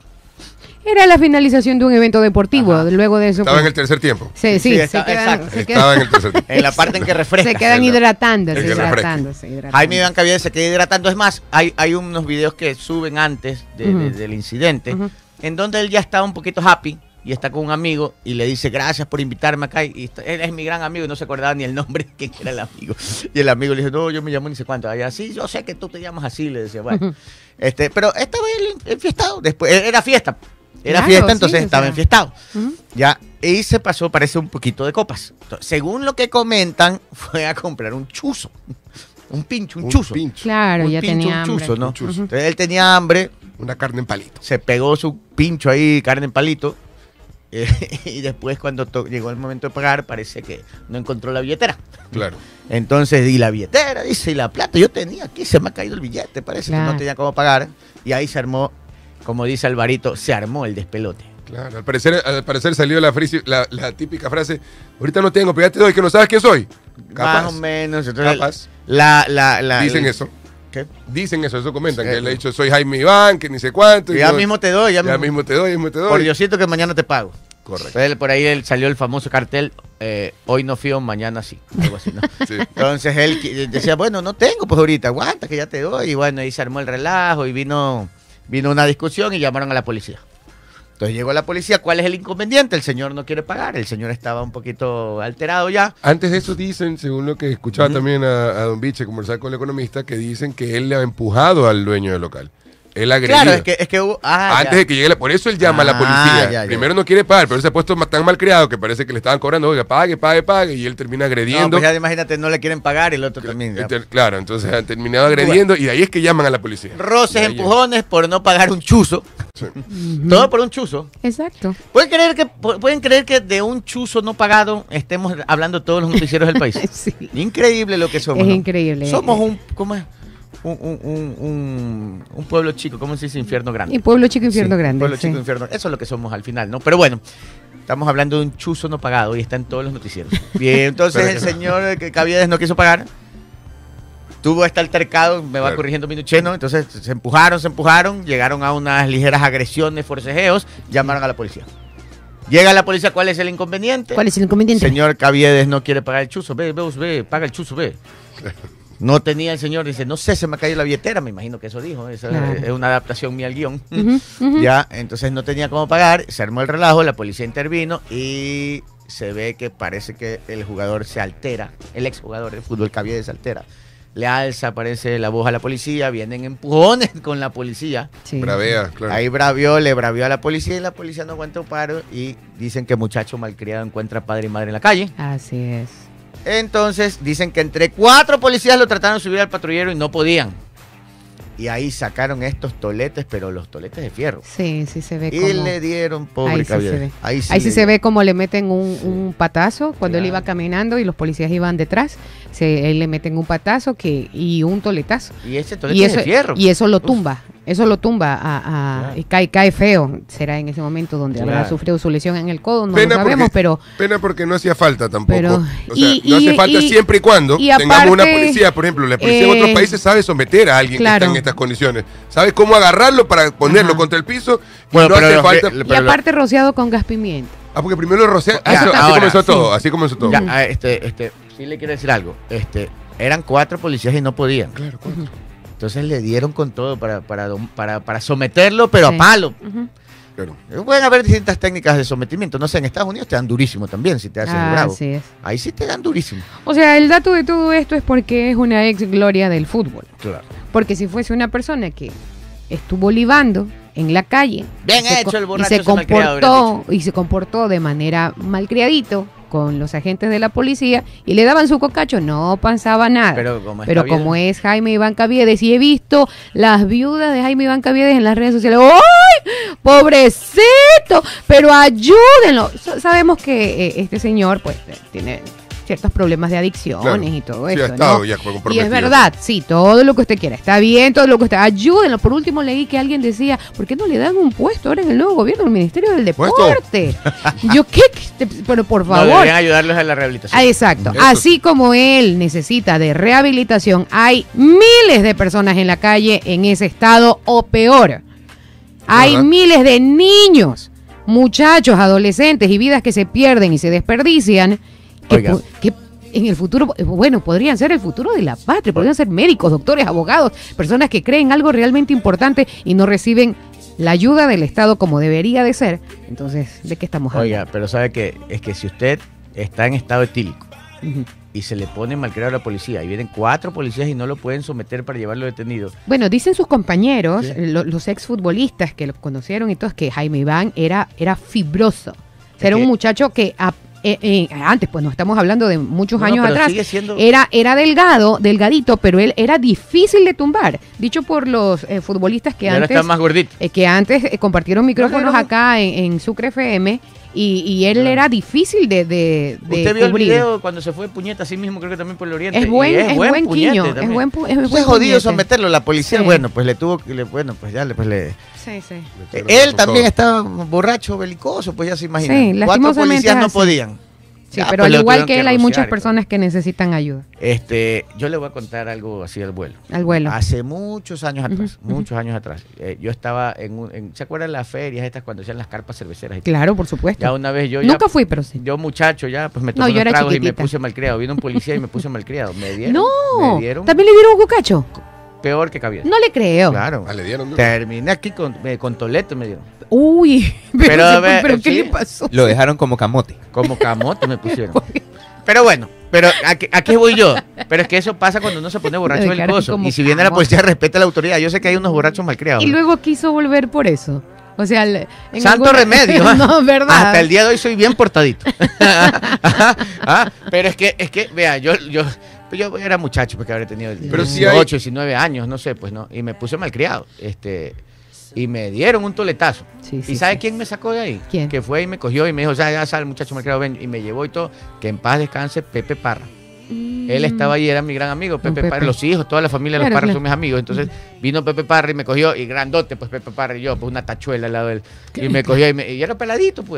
Era la finalización de un evento deportivo. Ajá. Luego de eso, Estaba en pues, el tercer tiempo. se, sí, Sí, se está- quedan, exacto. se Estaba quedan, en el tercer tiempo. En la parte en que refresca. se quedan hidratándose, El que refresque. hidratándose, hidratándose. Jaime Iván Caviedes se queda hidratando. Es más, hay, hay unos videos que suben antes de- de- Ujú. del incidente, Ujú. en donde él ya está un poquito happy y está con un amigo y le dice gracias por invitarme acá. Y está- él es mi gran amigo y no se acordaba ni el nombre de quién era el amigo. Y el amigo le dice, no, yo me llamo ni sé cuánto. Allá, sí, yo sé que tú te llamas así, le decía, bueno. Ujú. este, pero estaba él enfiestado. Después, era fiesta. Era Claro, fiesta, sí, entonces o estaba sea. enfiestado. Ujú. Ya, y se pasó, parece un poquito de copas. Entonces, según lo que comentan, fue a comprar un chuzo. Un pincho, un, Un chuzo. pincho. Claro, Un ya pincho, tenía un hambre. chuzo, ¿no? Un chuzo. Entonces él tenía hambre, Una carne en palito. se pegó su pincho ahí, carne en palito, eh, y después cuando to- llegó el momento de pagar, parece que no encontró la billetera. Claro. Entonces, y la billetera, dice, y la plata, yo tenía aquí, se me ha caído el billete, parece que Claro. no tenía cómo pagar. Y ahí se armó, como dice Alvarito, se armó el despelote. Claro, al parecer, al parecer salió la, frisi- la, la típica frase, ahorita no tengo, pero ya te doy, que no sabes quién soy. Capaz. Más o menos. Entonces, Capaz. La, la, la, Dicen el- eso. ¿Qué? Dicen eso, eso comentan, Sí. que él ha dicho, soy Jaime Iván, que ni sé cuánto. y Ya yo- mismo te doy, ya, ya mismo. mismo te doy, ya mismo te doy. Por Diosito que mañana te pago. Correcto. Entonces, por ahí él salió el famoso cartel, eh, hoy no fío, mañana sí, algo así, ¿no? Sí. Entonces él qui- decía, bueno, no tengo, pues ahorita, aguanta que ya te doy. Y bueno, ahí se armó el relajo y vino, vino una discusión y llamaron a la policía. Entonces llegó la policía, ¿cuál es el inconveniente? El señor no quiere pagar, el señor estaba un poquito alterado ya. Antes de eso dicen, según lo que escuchaba Ujú. también a, a Don Biche conversar con el economista, que dicen que él le ha empujado al dueño del local. Él agredió. Claro, es que, es que hubo... ah, Antes ya. de que llegue la... Por eso él llama a la Ah, policía. ya, ya. Primero no quiere pagar, pero él se ha puesto ma- tan mal criado que parece que le estaban cobrando, oiga, pague, pague, pague, y él termina No, agrediendo. pues ya imagínate, no le quieren pagar y el otro también. ya. Enter- claro, entonces han terminado agrediendo y de ahí es que llaman a la policía. Roces, De ahí empujones por no pagar un chuzo. Sí. Ujú. Todo por un chuzo. Exacto. ¿Pueden creer que pu- pueden creer que de un chuzo no pagado estemos hablando todos los noticieros del país? Sí. Increíble lo que somos. Es ¿no? increíble. Somos un ¿cómo es? Un, un, un, un, un pueblo chico, ¿cómo se dice? Infierno grande. Y pueblo chico, infierno Sí, grande. Pueblo sí. chico, infierno. Eso es lo que somos al final, ¿no? Pero bueno, estamos hablando de un chuzo no pagado y está en todos los noticieros. Bien, entonces Pero el que no. señor que Caviedes no quiso pagar tuvo este altercado, me va Claro. corrigiendo Minuché, ¿no? Entonces se empujaron, se empujaron, llegaron a unas ligeras agresiones, forcejeos, llamaron a la policía. Llega la policía, ¿cuál es el inconveniente? ¿Cuál es el inconveniente? Señor Caviedes no quiere pagar el chuzo, ve, ve, ve, paga el chuzo, ve. No tenía el señor, dice, no sé, se me ha caído la billetera, me imagino que eso dijo, esa Claro. es una adaptación mía al guión. Ujú, ujú. Ya, entonces no tenía cómo pagar, se armó el relajo, la policía intervino y se ve que parece que el jugador se altera, el exjugador de fútbol Caviedes se altera. Le alza, parece la voz a la policía, vienen empujones con la policía. Sí. Bravea, claro. Ahí bravió, le bravió a la policía y la policía no aguantó paro y dicen que muchacho malcriado encuentra padre y madre en la calle. Así es. Entonces dicen que entre cuatro policías lo trataron de subir al patrullero y no podían. Y ahí sacaron estos toletes, pero los toletes de fierro. Sí, sí se ve Y como... le dieron pobre Ahí sí se Caviedes. ve. Ahí sí, Ahí sí le se dieron. ve como le meten un, un patazo cuando él Claro. iba caminando y los policías iban detrás. Se, él le meten un patazo que, y un toletazo. Y ese tolete Y es eso, de fierro. y eso lo Uf. tumba. Eso lo tumba a, a- Claro. y cae, cae feo. Será en ese momento donde habrá Claro. sufrido su lesión en el codo. No Pena lo sabemos, porque- pero Pena porque no hacía falta tampoco. Pero- o sea, y- no hace y- falta y- siempre y cuando y tengamos una aparte, policía. Por ejemplo, la policía en eh, otros países sabe someter a alguien claro. que está en estas condiciones. Sabe cómo agarrarlo para ponerlo Ajá. contra el piso. Y Bueno, no pero hace lo falta. que- y pero lo- aparte rociado con gas pimienta. Ah, porque primero lo rocea. Ya, Así, así ahora, comenzó sí. todo. Así comenzó todo. Ya, ah, este, este, sí le quiero decir algo. Este, eran cuatro policías y no podían. Claro, cuatro. Entonces le dieron con todo para, para, dom- para, para someterlo, pero Sí. a palo. Ujú. Claro. Pueden haber distintas técnicas de sometimiento. No sé, en Estados Unidos te dan durísimo también si te haces el bravo. Así es. Ahí sí te dan durísimo. O sea, el dato de todo esto es porque es una ex gloria del fútbol. Claro. Porque si fuese una persona que estuvo libando en la calle Bien y se hecho co- el y borracho se ese malcriado, comportó y se comportó de manera malcriadito con los agentes de la policía y le daban su cocacho, no pasaba nada. Pero como es Pero Caviedes- como es Jaime Iván Caviedes y he visto las viudas de Jaime Iván Caviedes en las redes sociales, ¡ay! ¡Pobrecito! Pero ayúdenlo. Sa- Sabemos que eh, este señor pues eh, tiene ciertos problemas de adicciones Claro. y todo Sí, eso, ha estado ¿no? ya Y comprometido. es verdad, sí, todo lo que usted quiera, está bien, todo lo que usted, ayúdenlo. Por último leí que alguien decía, ¿por qué no le dan un puesto ahora en el nuevo gobierno, en el Ministerio del ¿Puesto? Deporte? Yo, ¿qué? ¿Qué? Pero por No, favor. deberían ayudarlos a la rehabilitación. Ah, exacto. Eso Así como él necesita de rehabilitación, hay miles de personas en la calle en ese estado o peor. Hay ¿Verdad? miles de niños, muchachos, adolescentes y vidas que se pierden y se desperdician. Que, Oiga. pu- que en el futuro, eh, bueno, podrían ser el futuro de la patria, podrían ser médicos, doctores, abogados, personas que creen algo realmente importante y no reciben la ayuda del Estado como debería de ser. Entonces, ¿de qué estamos hablando? Oiga, pero sabe que es que si usted está en estado etílico Ujú. y se le pone malcriado a la policía y vienen cuatro policías y no lo pueden someter para llevarlo detenido. Bueno, dicen sus compañeros, Sí. eh, lo- los exfutbolistas que lo conocieron y todos, que Jaime Iván era, era fibroso. O sea, era que- un muchacho que a- eh, eh, antes, pues no estamos hablando de muchos No, no, años pero atrás, sigue siendo- era, era delgado, delgadito, pero él era difícil de tumbar. Dicho por los eh, futbolistas que Y ahora antes, está más gordito. eh, que antes eh, compartieron micrófonos No, no, no. acá en, en Sucre F M y, y él Claro. era difícil de, de, de Usted vio el cubrir. video cuando se fue Puñeta, así mismo creo que también por el Oriente. Es y buen, es buen, puñete quiño, es también. buen, pu- es Entonces buen es jodido puñete. someterlo. La policía, Sí. bueno, pues le tuvo que, le- bueno, pues ya le, pues le... Sí, sí. Eh, Él también estaba borracho, belicoso, pues ya se imagina. Sí, Cuatro lastimosamente policías es no así. podían. Sí, Ya, pero pues al lo igual tuvieron que él hay rociar muchas y todo. personas que necesitan ayuda. Este, yo le voy a contar algo así al vuelo. Al vuelo. Hace muchos años atrás, Ujú, ujú. muchos años atrás. eh, yo estaba en, un, en- ¿se acuerdan las ferias estas cuando hacían las carpas cerveceras? y todo? Claro, por supuesto. Ya una vez yo Nunca ya, fui, pero sí. yo muchacho ya, pues me No, tomé yo unos era tragos y me chiquitita. puse malcriado. Vino un policía y me puse malcriado. Me dieron, No, me dieron también le dieron un cucacho. peor que cabía. No le creo. Claro. Ah, le dieron duro. Terminé aquí con, me- con tolete me dieron. Uy, pero, Pero, se- a ver, pero ¿qué sí. le pasó? Lo dejaron como camote. Como camote me pusieron. Pero bueno, pero aquí, aquí voy yo. Pero es que eso pasa cuando uno se pone borracho Lo dejaron belicoso. como Y si viene la camote. policía, respeta la autoridad. Yo sé que hay unos borrachos malcriados. Y luego quiso volver por eso. O sea, el- en Santo alguna- remedio. ¿ah? No, verdad. Hasta el día de hoy soy bien portadito. Ah, pero es que, es que, vea, yo, yo, yo era muchacho porque habré tenido Pero si dieciocho, diecinueve años, no sé, pues no. Y me puse malcriado. Este, y me dieron un toletazo. Sí, sí, ¿Y sabe sí. quién me sacó de ahí? ¿Quién? Que fue y me cogió y me dijo, o sea, ya sale, muchacho malcriado, ven. Y me llevó y todo. Que en paz descanse Pepe Parra. Él estaba allí, era mi gran amigo, Pepe, Pepe. Parra, los hijos, toda la familia de los Claro, Parra claro. son mis amigos. Entonces vino Pepe Parra y me cogió, y grandote, pues Pepe Parra y yo, pues una tachuela al lado de él. Y me cogió y, me, y era peladito, pues.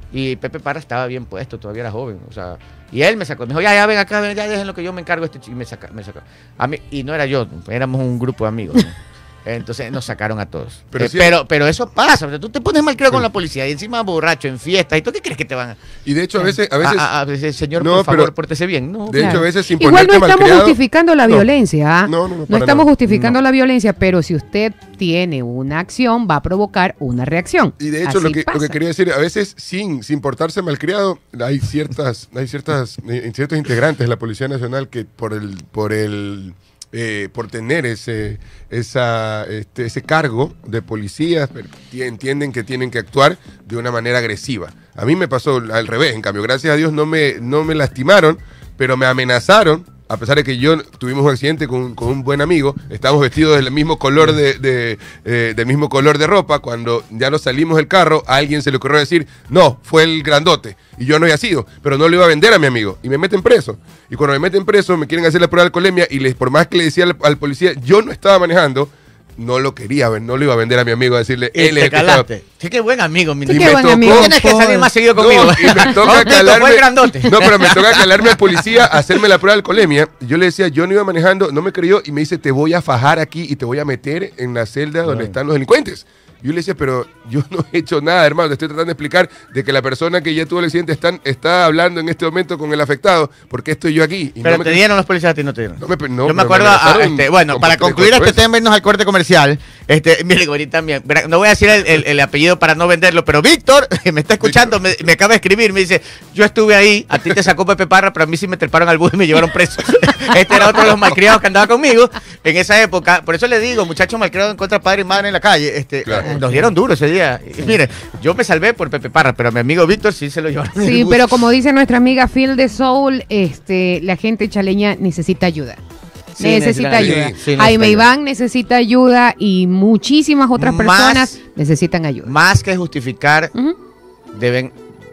Y Pepe Parra estaba bien puesto, todavía era joven, o sea, y él me sacó, me dijo, ya, ya, ven acá, ven, ya dejen lo que yo me encargo de este chico, y me saca, me sacó. A mí, y no era yo, éramos un grupo de amigos, ¿no? Entonces nos sacaron a todos. Pero Eh, sí- pero, pero eso pasa, o sea, tú te pones mal creado Sí. con la policía y encima borracho en fiestas, ¿y tú qué crees que te van a...? Y de hecho, a veces, a veces, A, a- a veces, señor, No, por favor, pero- pórtese bien. No, de hecho, Claro. a veces sin Igual no ponerte estamos malcriado- justificando la No. violencia. ¿ah? No, no, no, No para estamos nada. justificando la violencia, pero si usted tiene una acción, va a provocar una reacción. Y de hecho, Así lo que, lo pasa. que quería decir, a veces sin, sin portarse malcriado, hay ciertas, hay ciertas, eh, ciertos integrantes de la Policía Nacional que por el, por el, eh, por tener ese, esa, este, ese cargo de policías, pero ti- entienden que tienen que actuar de una manera agresiva. A mí me pasó al revés, en cambio, gracias a Dios no me, no me lastimaron, pero me amenazaron. A pesar de que yo tuvimos un accidente con, con un buen amigo, estábamos vestidos del mismo color de, de, eh, del mismo color de ropa. Cuando ya nos salimos del carro, a alguien se le ocurrió decir, no, fue el grandote. Y yo no había sido, pero no lo iba a vender a mi amigo. Y me meten preso. Y cuando me meten preso, me quieren hacer la prueba de alcoholemia. Y les, por más que le decía al, al policía, yo no estaba manejando, no lo quería, no lo iba a vender a mi amigo, a decirle, Y él es te el que estaba- calaste. Sí, qué buen amigo, mi Sí, Y qué me buen tocó- amigo. Tienes que salir más seguido No, conmigo. y me toca Autito, calarme. fue el grandote. No, pero me toca calarme al policía, hacerme la prueba de alcoholemia. Y yo le decía, yo no iba manejando, no me creyó y me dice, te voy a fajar aquí y te voy a meter en la celda donde están los delincuentes. Y yo le decía, pero yo no he hecho nada, hermano. Te estoy tratando de explicar de que la persona que ya tuvo el accidente están, está hablando en este momento con el afectado. ¿Por qué estoy yo aquí? Y Pero no me te cre- dieron los policías a ti, no te dieron. No me- no, Yo me pero acuerdo, me ah, amenazaron este, bueno, como para tres, concluir cuatro este veces. tema, irnos al corte comercial. Este, mire, Gorín también. Verá, no voy a decir el, el- el apellido para no venderlo, pero Víctor, que me está escuchando, me, me acaba de escribir, me dice, yo estuve ahí, a ti te sacó Pepe Parra, pero a mí sí me treparon al bus y me llevaron preso. Este era otro de los malcriados que andaba conmigo en esa época. Por eso le digo, muchachos malcriados en contra de padre y madre en la calle. Este, Claro. Nos dieron duro ese día. Y mire, yo me salvé por Pepe Parra, pero a mi amigo Víctor sí se lo llevaron. en el Sí, bus. pero como dice nuestra amiga Phil de Soul, este, la gente chaleña necesita ayuda. Sí, necesita necesitan ayuda. ayuda. Sí, necesita Jaime ayuda. Iván necesita ayuda y muchísimas otras Más- personas necesitan ayuda. Más que justificar, Ujú. deben,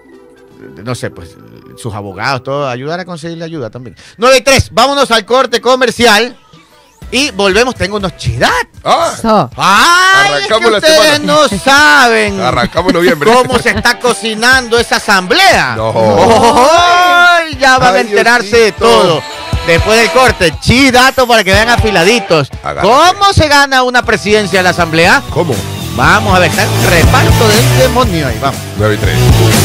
no sé, pues sus abogados, todo, ayudar a conseguir la ayuda también. nueve y tres, vámonos al corte comercial y volvemos. Tengo unos chidat. Ah, So, ¡Ay! Arrancamos es que la ustedes semana. no saben arrancamos noviembre. cómo se está cocinando esa asamblea. No. ¡Ay! Ya van a Ay, enterarse de Diosito. todo. Después del corte, chidato para que vean afiladitos. Agárrate. ¿Cómo se gana una presidencia de la asamblea? ¿Cómo? Vamos a ver, está el reparto del demonio ahí, vamos. nueve y tres.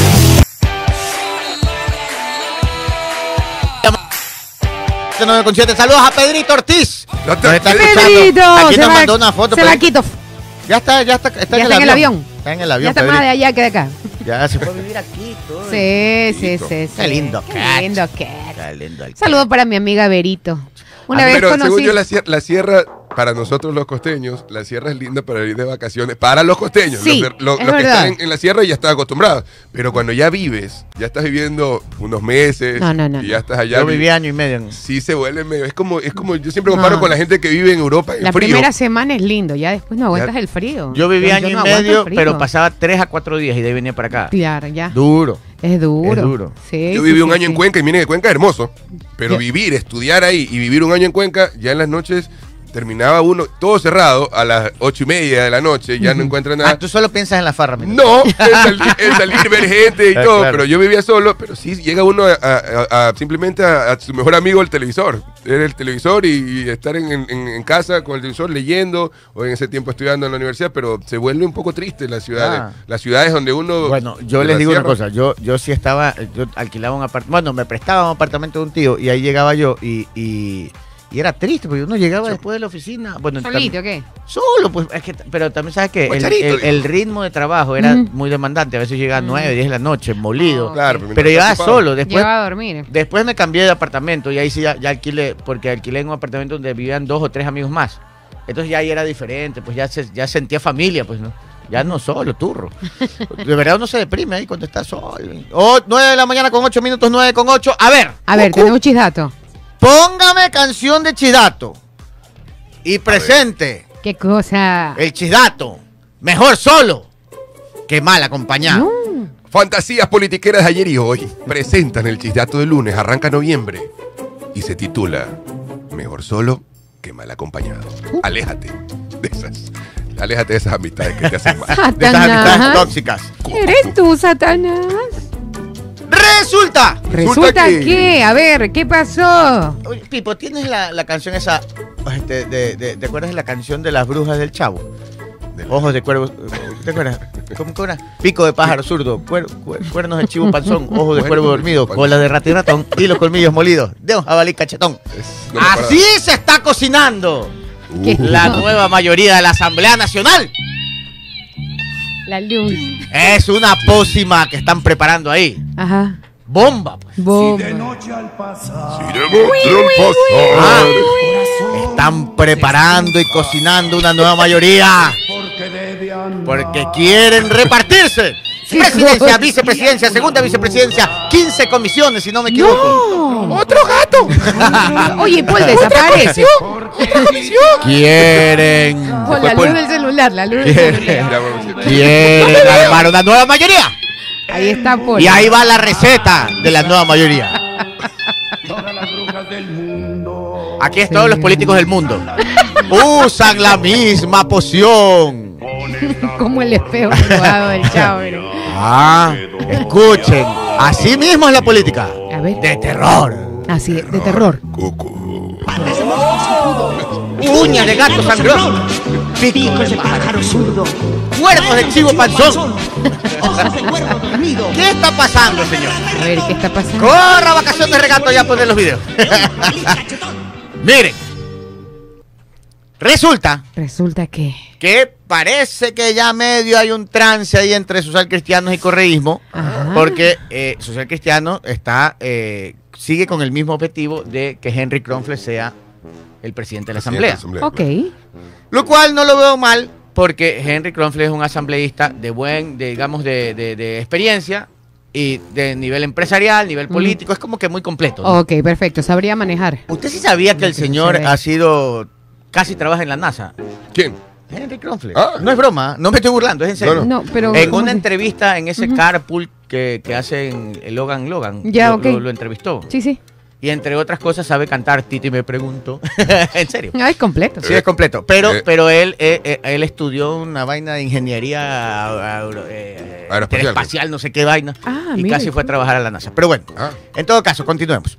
nueve con siete. Saludos a Pedrito Ortiz. Ya te- Nos está Pedrito, escuchando. Pedrito, Aquí se nos va- mandó una foto. se la Pedrito. quito. Ya está, ya está, está, Ya en, está el en el avión. Está en el avión. Ya está más de Pedrito. allá que de acá. Ya se fue a vivir aquí. Todo. Sí, sí, Listo. sí, sí. Qué lindo Qué cat. lindo cat. Qué lindo el Saludos para mi amiga Berito. Una Ah, vez Pero conocí. según yo, la sierra, la sierra, para nosotros los costeños, la sierra es linda para ir de vacaciones. Para los costeños. Sí, los, de- los- es los que verdad. están en, en la sierra ya están acostumbrados. Pero cuando ya vives, ya estás viviendo unos meses. No, no, no, y no. ya estás allá. Yo vi- viví año y medio en... Sí, se vuelve medio. Es como, es como yo siempre comparo No. con la gente que vive en Europa en La frío. primera semana es lindo, ya después no aguantas el frío. Yo viví año y no aguanto el medio, frío. pero pasaba tres a cuatro días y de ahí venía para acá. Claro, ya. Duro. Es duro. Es duro. Sí, Yo sí, viví sí, un año sí. en Cuenca y miren que Cuenca es hermoso. Pero Ya. vivir, estudiar ahí y vivir un año en Cuenca, ya en las noches terminaba uno todo cerrado a las ocho y media de la noche, ya no encuentra nada. Ah, tú solo piensas en la farra. mi No, en salir, en salir, ver gente y Ah, todo, claro. pero yo vivía solo, pero sí llega uno a, a- a- simplemente a, a su mejor amigo el televisor, era el televisor y, y estar en, en- en casa con el televisor leyendo o en ese tiempo estudiando en la universidad, pero se vuelve un poco triste las ciudades, Ah. las ciudades donde uno... Bueno, yo de les la digo una sierra- cosa, yo, yo sí estaba, yo alquilaba un apartamento, bueno, me prestaba un apartamento de un tío y ahí llegaba yo y, y, y era triste porque uno llegaba después de la oficina, bueno, ¿Solito tam- o qué? solo, pues, es que, pero también sabes que el, Guacharito, el- digo. el ritmo de trabajo era Ujú. muy demandante, a veces llegaba a nueve, diez de la noche, molido, Oh. Claro, Ok. mientras pero estás llegaba ocupado. solo, después... Llegaba a dormir. Después me cambié de apartamento y ahí sí ya, ya alquilé, porque alquilé en un apartamento donde vivían dos o tres amigos más. Entonces ya ahí era diferente, pues ya, se, ya sentía familia, pues no. Ya no solo, turro. De verdad uno se deprime ahí cuando está solo. Oh, nueve de la mañana con ocho minutos, nueve con ocho. A ver. A ver, Cucu, tenemos chisdato. póngame canción de Chidato. Y presente ¿Qué cosa? el Chidato. Mejor solo que mal acompañado. No. Fantasías politiqueras de ayer y hoy presentan el chisdato de lunes, arranca noviembre y se titula Mejor solo que mal acompañado. Aléjate de esas, aléjate de esas amistades que te hacen mal. De esas amistades Satanás. tóxicas. ¿Eres tú, Satanás? Resulta. Resulta que- que, a ver, ¿qué pasó? Oye, Pipo, ¿tienes la, la canción esa? Este, de, de, ¿Te acuerdas de la canción de las brujas del Chavo? Ojos de cuervo. ¿Te acuerdas? ¿Cómo que era? Pico de pájaro zurdo, cuer- cuer- cuernos de chivo panzón, ojos de cuervo dormido, cola de rata y ratón y los colmillos molidos de un jabalí cachetón. Es- no me acuerdo. Así se está cocinando ¿Qué? la nueva mayoría de la Asamblea Nacional. La luz. Es una pócima que están preparando ahí. Ajá. Bomba, pues. Bomba. Iremos del pasado. Ah, están preparando y cocinando una nueva mayoría. Porque quieren repartirse. ¿Qué Presidencia, cosa? vicepresidencia, segunda vicepresidencia, quince comisiones, si no me equivoco. ¡No! ¡Otro gato! Oye, Paul desaparece. Quieren. Con la luz del celular, la luz del celular. Ya, bueno, sí. Quieren armar una nueva mayoría. Ahí está Paul. Y ahí va la receta de la nueva mayoría. Aquí es todos los políticos del mundo. Usan la misma poción. Como el espejo probado del Chavo. mira. Ah, escuchen. Así mismo es la política. A ver. De terror. Así, de terror. Uñas de gato sangrón. Picos de pájaro zurdo. Cuernos de chivo panzón. ¿Qué está pasando, señor? A ver, ¿qué está pasando? Corra vacaciones de regato ya a poner los videos. Miren. Resulta Resulta que. que parece que ya medio hay un trance ahí entre social cristianos y correísmo, Ajá. porque eh, social cristiano está eh, sigue con el mismo objetivo de que Henry Kronfle sea el presidente de la asamblea, Ok. lo cual no lo veo mal porque Henry Kronfle es un asambleísta de buen, de, digamos, de, de- de experiencia y de nivel empresarial, nivel político, es como que muy completo, ¿no? Ok, perfecto. Sabría manejar. ¿Usted sí sabía que el Sí, señor se ve. ha sido, casi trabaja en la NASA? ¿Quién? Henry Kronfle. Ah. No es broma, no me estoy burlando, es en serio. No, No, pero. En ¿cómo una se- entrevista en ese Ujú. carpool que, que hacen el Logan Logan, Ya, lo, ok. lo- lo entrevistó. Sí, sí. Y entre otras cosas sabe cantar Titi me pregunto. En serio. Ah, es completo. Sí, es completo. Pero, Eh. pero él, eh, eh, él estudió una vaina de ingeniería aero- eh, Aeroespacial. espacial, no sé qué vaina. Ah, y mira. casi fue a trabajar a la NASA. Pero bueno, Ah, en todo caso, continuemos.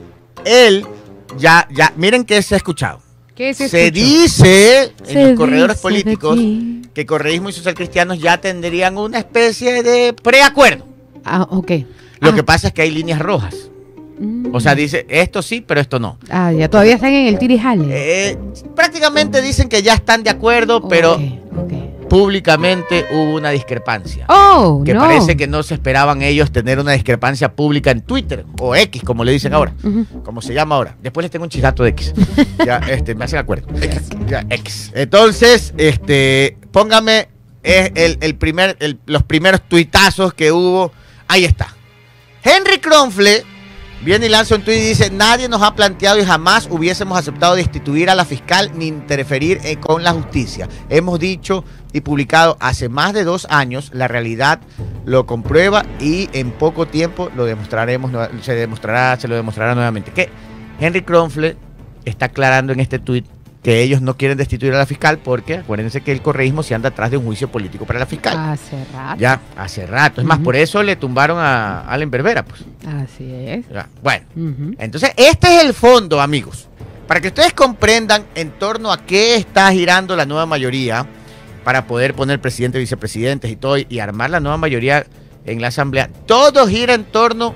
Él ya, ya, miren que se ha escuchado. ¿Qué se Se escuchó? dice en Se los corredores dice de políticos ti. que correísmo y socialcristianos ya tendrían una especie de preacuerdo. Ah, ok. Lo Ah, que pasa es que hay líneas rojas. mm. O sea, dice esto sí, pero esto no. Ah, ya todavía están en el tirijale. Eh, prácticamente dicen que ya están de acuerdo, pero Ok, ok. públicamente hubo una discrepancia. Oh, Que no. parece que no se esperaban ellos tener una discrepancia pública en Twitter o X, como le dicen ahora, Ujú. como se llama ahora. Después les tengo un chisato de X. Ya, este, me hacen acuerdo. X. Ya, X. Entonces, este, póngame eh, el, el primer, el- los primeros tuitazos que hubo. Ahí está. Henry Kronfle viene y lanza un tuit y dice: nadie nos ha planteado y jamás hubiésemos aceptado destituir a la fiscal ni interferir eh, con la justicia. Hemos dicho y publicado hace más de dos años, la realidad lo comprueba y en poco tiempo lo demostraremos, nueva- se demostrará, se lo demostrará nuevamente. Que Henry Kronfle está aclarando en este tuit que ellos no quieren destituir a la fiscal porque acuérdense que el correísmo se anda atrás de un juicio político para la fiscal. Hace rato. Ya, hace rato. Es más, Ujú. por eso le tumbaron a Allen Berbera, pues. Así es. Ya, bueno, Ujú. entonces este es el fondo, amigos. Para que ustedes comprendan en torno a qué está girando la nueva mayoría para poder poner presidente, vicepresidentes y todo y armar la nueva mayoría en la asamblea. Todo gira en torno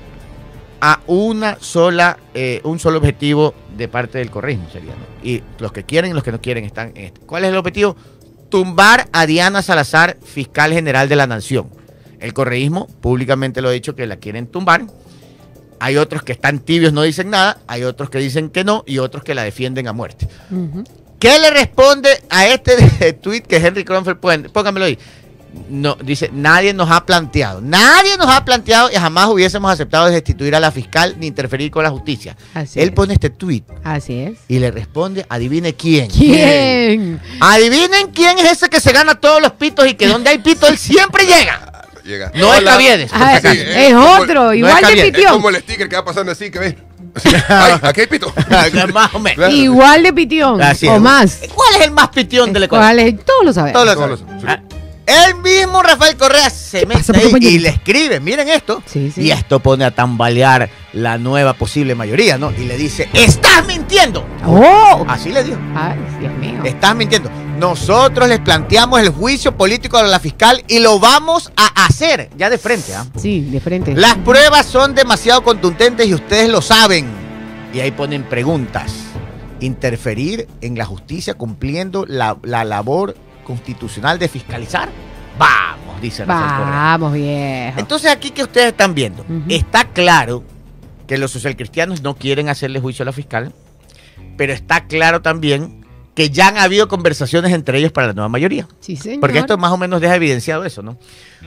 a una sola, eh, un solo objetivo de parte del correísmo sería, ¿no? Y los que quieren y los que no quieren están en este. ¿Cuál es el objetivo? Tumbar a Diana Salazar, fiscal general de la nación. El correísmo públicamente lo ha dicho que la quieren tumbar. Hay otros que están tibios, no dicen nada. Hay otros que dicen que no y otros que la defienden a muerte. Ujú. ¿Qué le responde a este tweet que Henry Kronfle pone? Póngamelo ahí. No, dice, nadie nos ha planteado. Nadie nos ha planteado y jamás hubiésemos aceptado destituir a la fiscal ni interferir con la justicia. Así Él es. pone este tweet Así es. y le responde, adivine quién. ¿Quién? Adivinen quién es ese que se gana todos los pitos y que donde hay pito él siempre llega. llega. No es Hola. Caviedes. por Ah, si acaso. sí, eh, es como- otro, no igual es de Javier, Es pitión. como el sticker que va pasando así, que ves. Así, ay, aquí hay pito. Más o menos. Claro. Igual de pitión. Así o es. más. ¿Cuál es el más pitión del Ecuador? ¿Cuál es? Todos lo sabemos. Todos lo Todos saben. los- Ah, El mismo Rafael Correa se ¿Qué mete pasa, ahí y compañerito? le escribe, miren esto. Sí, sí. Y esto pone a tambalear la nueva posible mayoría, ¿no? Y le dice, ¡estás mintiendo! ¡Oh! Así le dijo. Ay, Dios mío. Estás mintiendo. Nosotros les planteamos el juicio político a la fiscal y lo vamos a hacer ya de frente. ¿ah? Sí, de frente. Las pruebas son demasiado contundentes y ustedes lo saben. Y ahí ponen preguntas. Interferir en la justicia cumpliendo la, la labor constitucional de fiscalizar. Vamos, dice Rafael Correa. Vamos, viejo. Entonces aquí que ustedes están viendo, Ujú. está claro que los socialcristianos no quieren hacerle juicio a la fiscal, pero está claro también que ya han habido conversaciones entre ellos para la nueva mayoría. Sí, señor. Porque esto más o menos deja evidenciado eso, ¿no?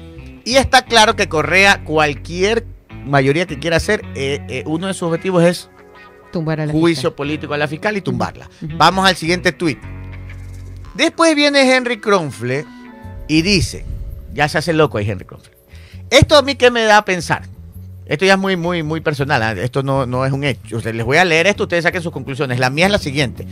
Y está claro que Correa, cualquier mayoría que quiera hacer, eh, eh, uno de sus objetivos es Tumbar a la juicio político a la fiscal y tumbarla. Ujú. Vamos al siguiente tuit. Después viene Henry Kronfle y dice, ya se hace loco ahí Henry Kronfle. Esto a mí que me da a pensar. Esto ya es muy, muy, muy personal. ¿eh? Esto no, no es un hecho. O sea, les voy a leer esto, ustedes saquen sus conclusiones. La mía es la siguiente.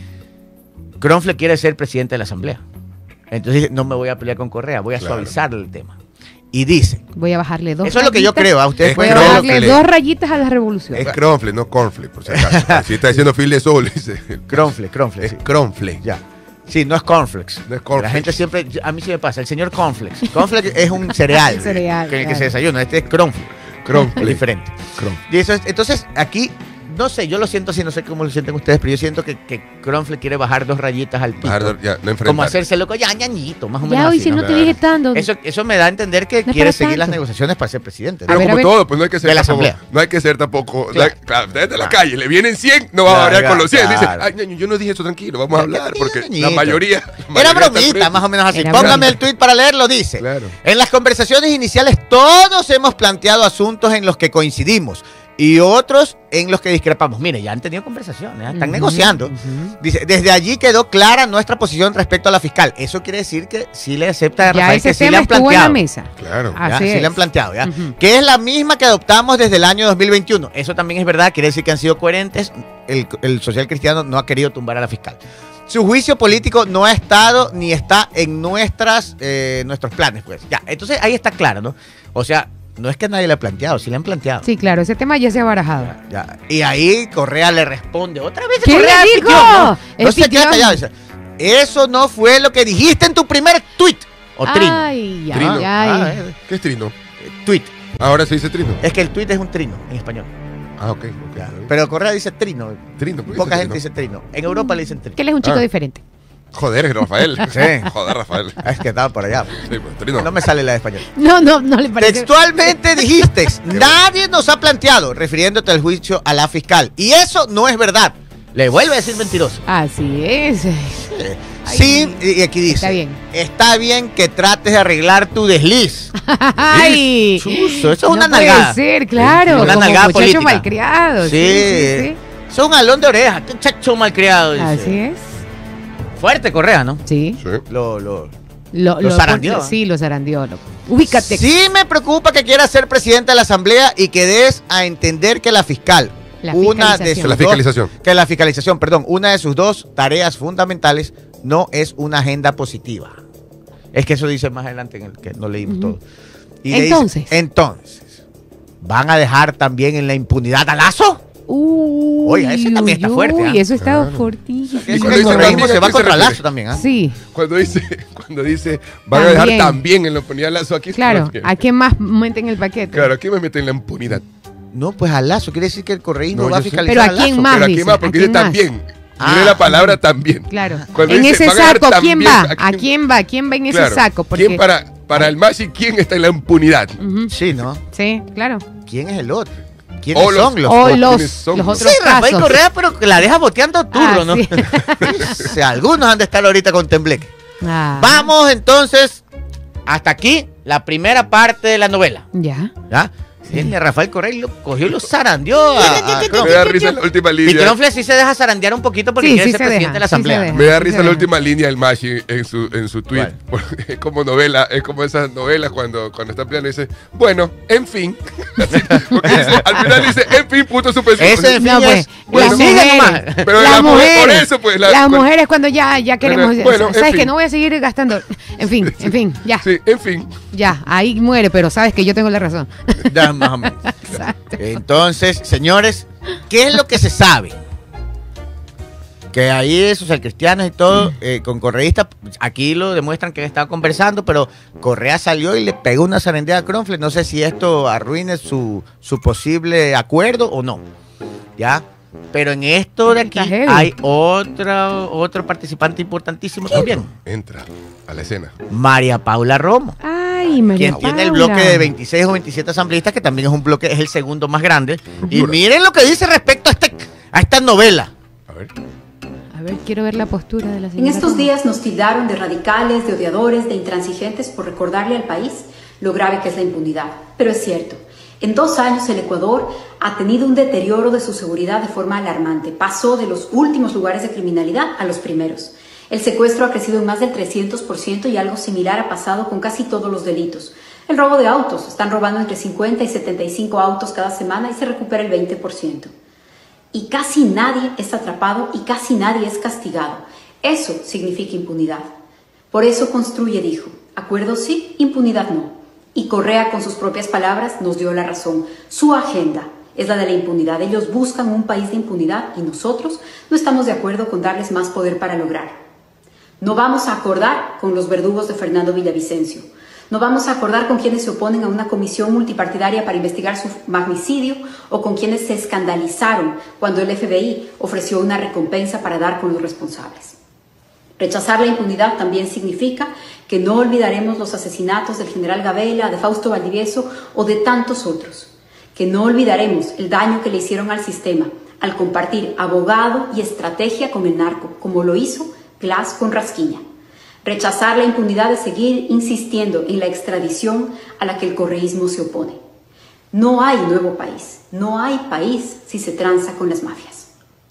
Kronfle quiere ser presidente de la Asamblea. Entonces dice, no me voy a pelear con Correa, voy a Claro. suavizar el tema. Y dice, Voy a bajarle dos eso es lo que yo rayitas. creo, a ustedes Es Voy pueden a creo creer lo bajarle que le- dos rayitas a la revolución. Es Kronfle, no Cornfle, por si acaso. Si está diciendo Phil de Soul, dice. Kronfle, Kronfle, Es sí. Kronfle. Ya. Sí, no es cornflakes. No es cornflakes. La gente siempre, a mí sí me pasa, el señor cornflakes. Cornflakes es un cereal. Un cereal, Que el que claro. se desayuna, este es cornflakes. Kronfle. Es diferente. Kronfle. Y eso es- entonces, aquí, no sé, yo lo siento así, no sé cómo lo sienten ustedes, pero yo siento que, que Kronfle quiere bajar dos rayitas al pico. Bajar, ya, no enfrentar. Como hacerse loco, ya, ñañito, más o menos Ya, hoy así, si ¿no? no te Claro. dije tanto. Eso, eso me da a entender que No es quiere para seguir las tanto. negociaciones para ser presidente. ¿no? Pero A ver, como a ver. todo, pues no hay que ser De la tampoco, asamblea. no hay que ser tampoco, Claro. la, claro, desde la Claro. calle, le vienen cien, no va a Claro, variar con los cien, dice, claro. ay, ñaño, yo no dije eso, tranquilo, vamos a hablar, porque la ñañito. mayoría, la Era mayoría está bromita, frente. más o menos así. Era Póngame bromita. el tuit para leerlo, dice. Claro. En las conversaciones iniciales todos hemos planteado asuntos en los que coincidimos y otros en los que discrepamos. Mire, ya han tenido conversaciones, ¿eh? Están Ujú, negociando. ujú. Dice, desde allí quedó clara nuestra posición respecto a la fiscal. Eso quiere decir que sí le acepta a Ya Rafael, ese que sí le tema han estuvo en la planteado. mesa. Claro. Ah, Ya, Así sí es. le han planteado, ¿ya? Ujú. Que es la misma que adoptamos desde el año dos mil veintiuno. Eso también es verdad, quiere decir que han sido coherentes. El, el social cristiano no ha querido tumbar a la fiscal. Su juicio político no ha estado ni está en nuestras, eh, nuestros planes, pues. Ya, entonces ahí está claro, ¿no? O sea, no es que nadie le ha planteado, sí le han planteado. Sí, claro, ese tema ya se ha barajado. Ya. Y ahí Correa le responde otra vez. ¿Qué Correa le es dijo? piquión, ¿no? Es No se queda piquión. callado. Dice, eso no fue lo que dijiste en tu primer tweet. O trino. Ay, ay, Trino. ay. Ah, eh, ¿Qué es trino? tweet. Ahora se dice trino. Es que el tweet es un trino en español. Ah, ok. ok. Ya. Pero Correa dice trino. Trino, pues, Poca dice gente dice trino. En Europa le dicen trino. Que él es un chico Ah. diferente. Joder, Rafael. Sí. Joder, Rafael. Es que estaba por allá. Sí, pues, trino. No me sale la de español. No, no, no le parece. Textualmente dijiste, nadie nos ha planteado, refiriéndote al juicio a la fiscal. Y eso no es verdad. Le vuelve a decir mentiroso. Así es. Ay, Sí, y aquí dice. está bien. Está bien que trates de arreglar tu desliz. Ay. Chuzo, eso es no una puede nalgada. ser, claro. Una como nalgada muchacho política. malcriado. Sí, Sí, sí, sí. Eso es un alón de oreja. Qué chacho malcriado. Dice. Así es. Fuerte Correa, ¿no? Sí. Sí. Lo, lo... Lo, Lo zarandeó, ¿eh? Sí, lo zarandeó. loco. Ubícate. Sí me preocupa que quieras ser presidente de la Asamblea y que des a entender que la fiscal, La una de fiscalización. sus La fiscalización. dos- que la fiscalización, perdón, una de sus dos tareas fundamentales no es una agenda positiva. Es que eso dice más adelante en el que no leímos Ujú. todo. Y le dice, Entonces. entonces, ¿van a dejar también en la impunidad a Lazo? Uy, Oiga, ese también está fuerte, Uy, ¿ah? eso está Claro. fortísimo. Eso cuando que el dice correísmo también, se ¿a va qué se contra refiere? Lazo también, ¿ah? Sí, Cuando dice, cuando dice, van a dejar También. también en la impunidad Lazo aquí. claro. ¿Qué? ¿A quién más meten el paquete? Claro, aquí me meten en la impunidad. No, pues a Lazo, quiere decir que el correísmo No, va a yo sé. fiscalizar Pero ¿a quién Lazo. más? Pero aquí dice, más, porque ¿a dice quién más? también. Ah. Mire la palabra también. Claro. Cuando En dice, ese van a dar saco, ¿quién también, va? ¿a ¿A quién? quién va? ¿Quién va en ese Claro. saco? Porque- ¿Quién para, para el MASI, quién está en la impunidad? Ujú. Sí, ¿no? Sí, claro. ¿Quién es el otro? ¿Quiénes O los- son los O otros? los, ¿quiénes son? los Sí, otros Rafael casos. Correa, pero que la deja boteando turno, Ah, ¿no? sí. O sea, algunos han de estar ahorita con tembleque. Ah. Vamos entonces, hasta aquí, la primera parte de la novela. Ya. ¿Ya? Viene Rafael Correa y lo cogió y lo zarandeó a, a Me Cronfle. da risa la última Y línea. Cronfle sí se deja zarandear un poquito porque Sí, quiere sí ser se presidente deja, de la sí se asamblea. deja. Me da Sí, risa se la deja. última línea del Machi en su, en su tweet. ¿Cuál? Porque es como novela, es como esas novelas cuando, cuando está peleando y dice, bueno, en fin. Así, porque dice, al final dice, en fin, punto suspensivo. Ese en fin No, pues, es. bueno, las sigue mujeres, nomás. Pero las la mujer- mujeres, por eso, pues, la- las cuando- mujeres cuando ya, ya queremos, Bueno, en sabes fin. que no voy a seguir gastando, en fin, en fin, ya, Sí, en fin. ya, ahí muere, pero sabes que yo tengo la razón. Ya, más o menos. Exacto. Entonces, señores, ¿qué es lo que se sabe? Que ahí esos cristianos y todo, eh, con correístas, aquí lo demuestran que han estado conversando, pero Correa salió y le pegó una zarandeada a Cronfle. No sé si esto arruine su, su posible acuerdo o no. ¿Ya? Pero en esto de aquí Está heavy. hay otra, otro participante importantísimo también. Entra a la escena. María Paula Romo. Ay, María Quien tiene el Paula. bloque de veintiséis o veintisiete asambleístas, que también es un bloque, es el segundo más grande. Y miren lo que dice respecto a, este, a esta novela. A ver. A ver, quiero ver la postura de la En señora. estos Romo. días nos tildaron de radicales, de odiadores, de intransigentes por recordarle al país lo grave que es la impunidad. Pero es cierto, en dos años el Ecuador ha tenido un deterioro de su seguridad de forma alarmante. Pasó de los últimos lugares de criminalidad a los primeros. El secuestro ha crecido en más del trescientos por ciento y algo similar ha pasado con casi todos los delitos. El robo de autos, están robando entre cincuenta y setenta y cinco autos cada semana y se recupera el veinte por ciento. Y casi nadie es atrapado y casi nadie es castigado. Eso significa impunidad. Por eso Construye dijo, acuerdo sí, impunidad no. Y Correa, con sus propias palabras, nos dio la razón. Su agenda es la de la impunidad. Ellos buscan un país de impunidad y nosotros no estamos de acuerdo con darles más poder para lograr. No vamos a acordar con los verdugos de Fernando Villavicencio. No vamos a acordar con quienes se oponen a una comisión multipartidaria para investigar su magnicidio o con quienes se escandalizaron cuando el F B I ofreció una recompensa para dar con los responsables. Rechazar la impunidad también significa que no olvidaremos los asesinatos del general Gabela, de Fausto Valdivieso o de tantos otros. Que no olvidaremos el daño que le hicieron al sistema al compartir abogado y estrategia con el narco, como lo hizo Glass con Rasquiña. Rechazar la impunidad de seguir insistiendo en la extradición a la que el correísmo se opone. No hay nuevo país, no hay país si se tranza con las mafias.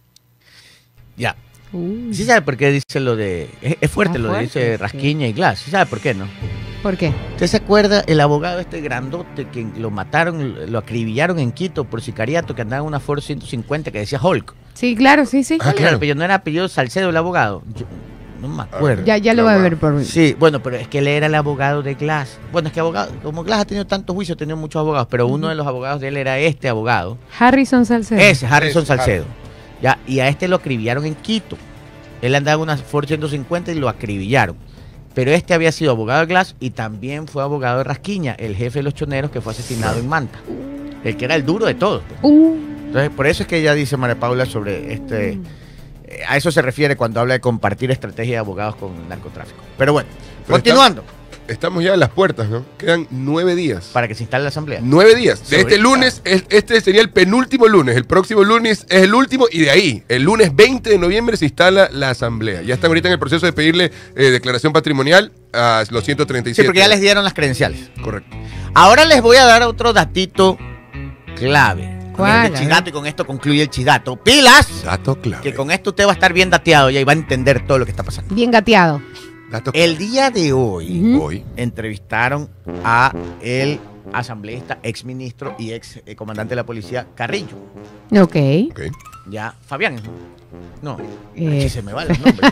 Ya. Uh, ¿Sí sabe por qué dice lo de... Es, es fuerte Está lo de fuerte, dice sí. Rasquiña y Glass. ¿Sí sabe por qué, no? ¿Por qué? ¿Usted se acuerda el abogado este grandote que lo mataron, lo acribillaron en Quito por sicariato, que andaba en una Ford ciento cincuenta que decía Hulk? Sí, claro, sí, sí. Ah, ¿Cuál era el claro. apellido? ¿No era apellido Salcedo el abogado? Yo no me acuerdo. Ya, ya lo va a ver por mí. Sí, bueno, pero es que él era el abogado de Glass. Bueno, es que abogado, como Glass ha tenido tantos juicios, ha tenido muchos abogados, pero uno de los abogados de él era este abogado. Harrison Salcedo. Ese, Harrison Ese, Salcedo. Ya, y a este lo acribillaron en Quito. Él andaba en una Ford ciento cincuenta y lo acribillaron. Pero este había sido abogado de Glass y también fue abogado de Rasquiña, el jefe de los choneros que fue asesinado en Manta. El que era el duro de todos. pues. Uh, Entonces, por eso es que ella dice, María Paula, sobre este... eh, A eso se refiere cuando habla de compartir estrategia de abogados con el narcotráfico. Pero bueno, Pero continuando, Estamos ya en las puertas, ¿no? Quedan nueve días. para que se instale la asamblea. Nueve días. De Sobre- este lunes, es- este sería el penúltimo lunes. El próximo lunes es el último y de ahí, el lunes veinte de noviembre se instala la asamblea. Ya están ahorita en el proceso de pedirle eh, declaración patrimonial a los ciento treinta y siete. Sí, porque ya les dieron las credenciales. Correcto. Ahora les voy a dar otro datito clave. ¿Cuál? El chidato, y con esto concluye el chidato. ¡Pilas! Dato clave. Que con esto usted va a estar bien dateado ya y va a entender todo lo que está pasando. bien gateado. Dato clave. El día de hoy Ujú. Hoy. entrevistaron a el asambleísta, ex ministro y ex eh, comandante de la policía, Carrillo. Ok. Ok. Ya, Fabián. No, Eh. aquí se me va el nombre.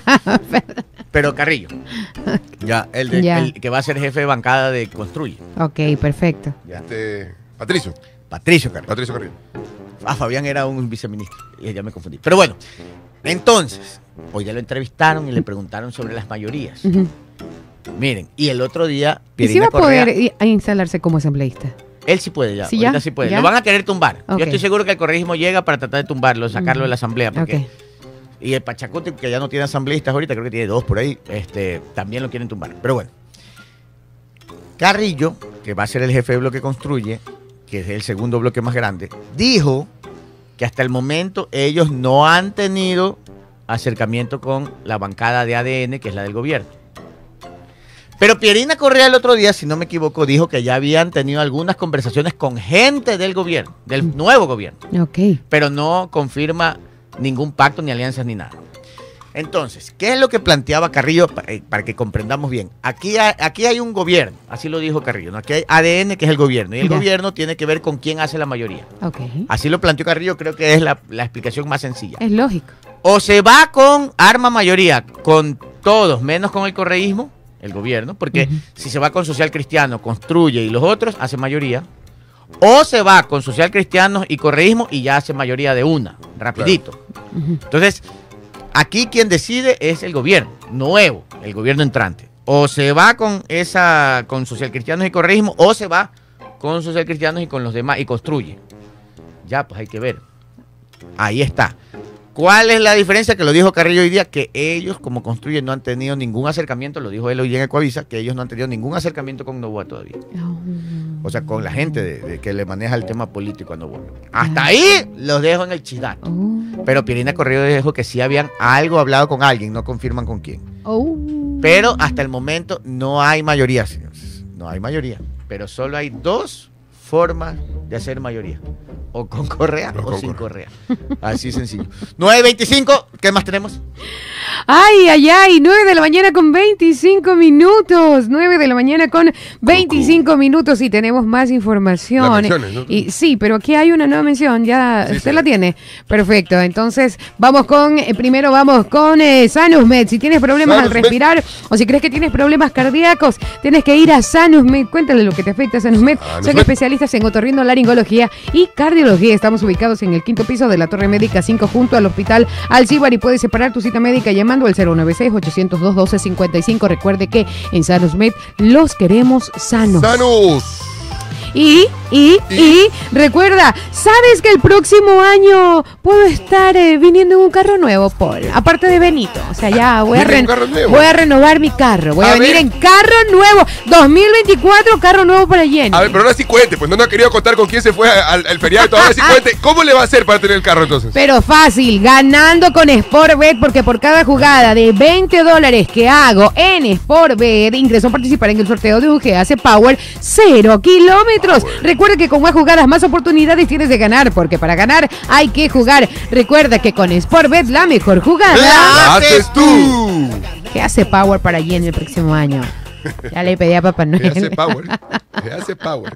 Pero Carrillo. Ya, el, de- Ya. el que va a ser jefe de bancada de Construye. Ok, perfecto. Ya. Este, Patricio. Patricio Carrillo. Patricio Carrillo. Ah, Fabián era un viceministro. Y ya me confundí. Pero bueno, entonces, hoy ya lo entrevistaron y le preguntaron sobre las mayorías. Ujú. Miren, y el otro día, ¿Y si Pierina va a Correa, poder i- a instalarse como asambleísta? él sí puede ya, ¿Sí ahorita ya? sí puede. ¿Ya? Lo van a querer tumbar. Ok. Yo estoy seguro que el correísmo llega para tratar de tumbarlo, sacarlo Ujú. de la asamblea. Porque, Ok. Y el Pachacuti, que ya no tiene asambleístas ahorita, creo que tiene dos por ahí, este, también lo quieren tumbar. Pero bueno. Carrillo, que va a ser el jefe de bloque Construye, que es el segundo bloque más grande, dijo que hasta el momento ellos no han tenido acercamiento con la bancada de A D N, que es la del gobierno. Pero Pierina Correa el otro día, si no me equivoco, dijo que ya habían tenido algunas conversaciones con gente del gobierno, del nuevo gobierno. Ok. Pero no confirma ningún pacto, ni alianzas, ni nada. Entonces, ¿qué es lo que planteaba Carrillo para, para que comprendamos bien? Aquí hay, aquí hay un gobierno, así lo dijo Carrillo, ¿no? Aquí hay A D N, que es el gobierno, y el Ya. gobierno tiene que ver con quién hace la mayoría. Ok. Así lo planteó Carrillo, creo que es la, la explicación más sencilla. Es lógico. O se va con arma mayoría, con todos, menos con el correísmo, el gobierno, porque Ujú. si se va con Social Cristiano, construye y los otros, hace mayoría. O se va con Social Cristiano y correísmo y ya hace mayoría de una, rapidito. Ujú. Entonces, aquí quien decide es el gobierno nuevo, el gobierno entrante. O se va con esa, con Social Cristianos y correísmo, o se va con Social Cristianos y con los demás y construye. Ya, pues hay que ver. Ahí está. ¿Cuál es la diferencia? Que lo dijo Carrillo hoy día, que ellos como construyen no han tenido ningún acercamiento, lo dijo él hoy en Ecoavisa, que ellos no han tenido ningún acercamiento con Novoa todavía. Oh. O sea, con la gente de, de que le maneja el tema político a Novoa. Hasta ahí los dejo en el chidato. Oh. Pero Pierina Correa dijo que sí habían algo hablado con alguien, no confirman con quién. Oh. Pero hasta el momento no hay mayoría, señores. No hay mayoría. Pero solo hay dos formas de hacer mayoría. O con Correa No, o con sin Correa. Correa. Así sencillo. nueve veinticinco, ¿qué más tenemos? Ay, ay, ay, nueve de la mañana con veinticinco minutos, nueve de la mañana con veinticinco minutos y tenemos más información. Las menciones, ¿no? Y, sí, pero aquí hay una nueva mención, ya Sí, usted sí. la tiene. Perfecto, entonces vamos con, eh, primero vamos con eh, SanusMed. Si tienes problemas al SanusMed. respirar o si crees que tienes problemas cardíacos, tienes que ir a SanusMed. Cuéntale lo que te afecta a SanusMed. Son SanusMed. especialistas en otorrinolaringología y cardiología. Estamos ubicados en el quinto piso de la Torre Médica cinco junto al Hospital Alcibar y puedes separar tu cita médica llamando al cero nueve seis, ochocientos dos, doce cincuenta y cinco. Recuerde que en SanusMed los queremos sanos. ¡Sanus! Y, y, y, recuerda, ¿sabes que el próximo año puedo estar eh, viniendo en un carro nuevo, Paul? Aparte de Benito. O sea, ya voy a, ¿Viene en ren- un carro nuevo? voy a renovar mi carro. Voy a, A venir ver. en carro nuevo. dos mil veinticuatro, carro nuevo para Jenny. A ver, pero ahora sí cuente, pues no nos ha querido contar con quién se fue al, al feriado y todo. Ahora sí cuente, ¿cómo le va a hacer para tener el carro entonces? Pero fácil, ganando con Sportbet, porque por cada jugada de veinte dólares que hago en Sportbet, ingreso a participar en el sorteo de un G A C Power cero kilómetros. Recuerda que con más jugadas, más oportunidades tienes de ganar, porque para ganar hay que jugar. Recuerda que con Sportbet la mejor jugada ¡La haces tú! G A C Power para Jenny el próximo año. Ya le pedí a Papá Se hace Noel. power. Se hace power.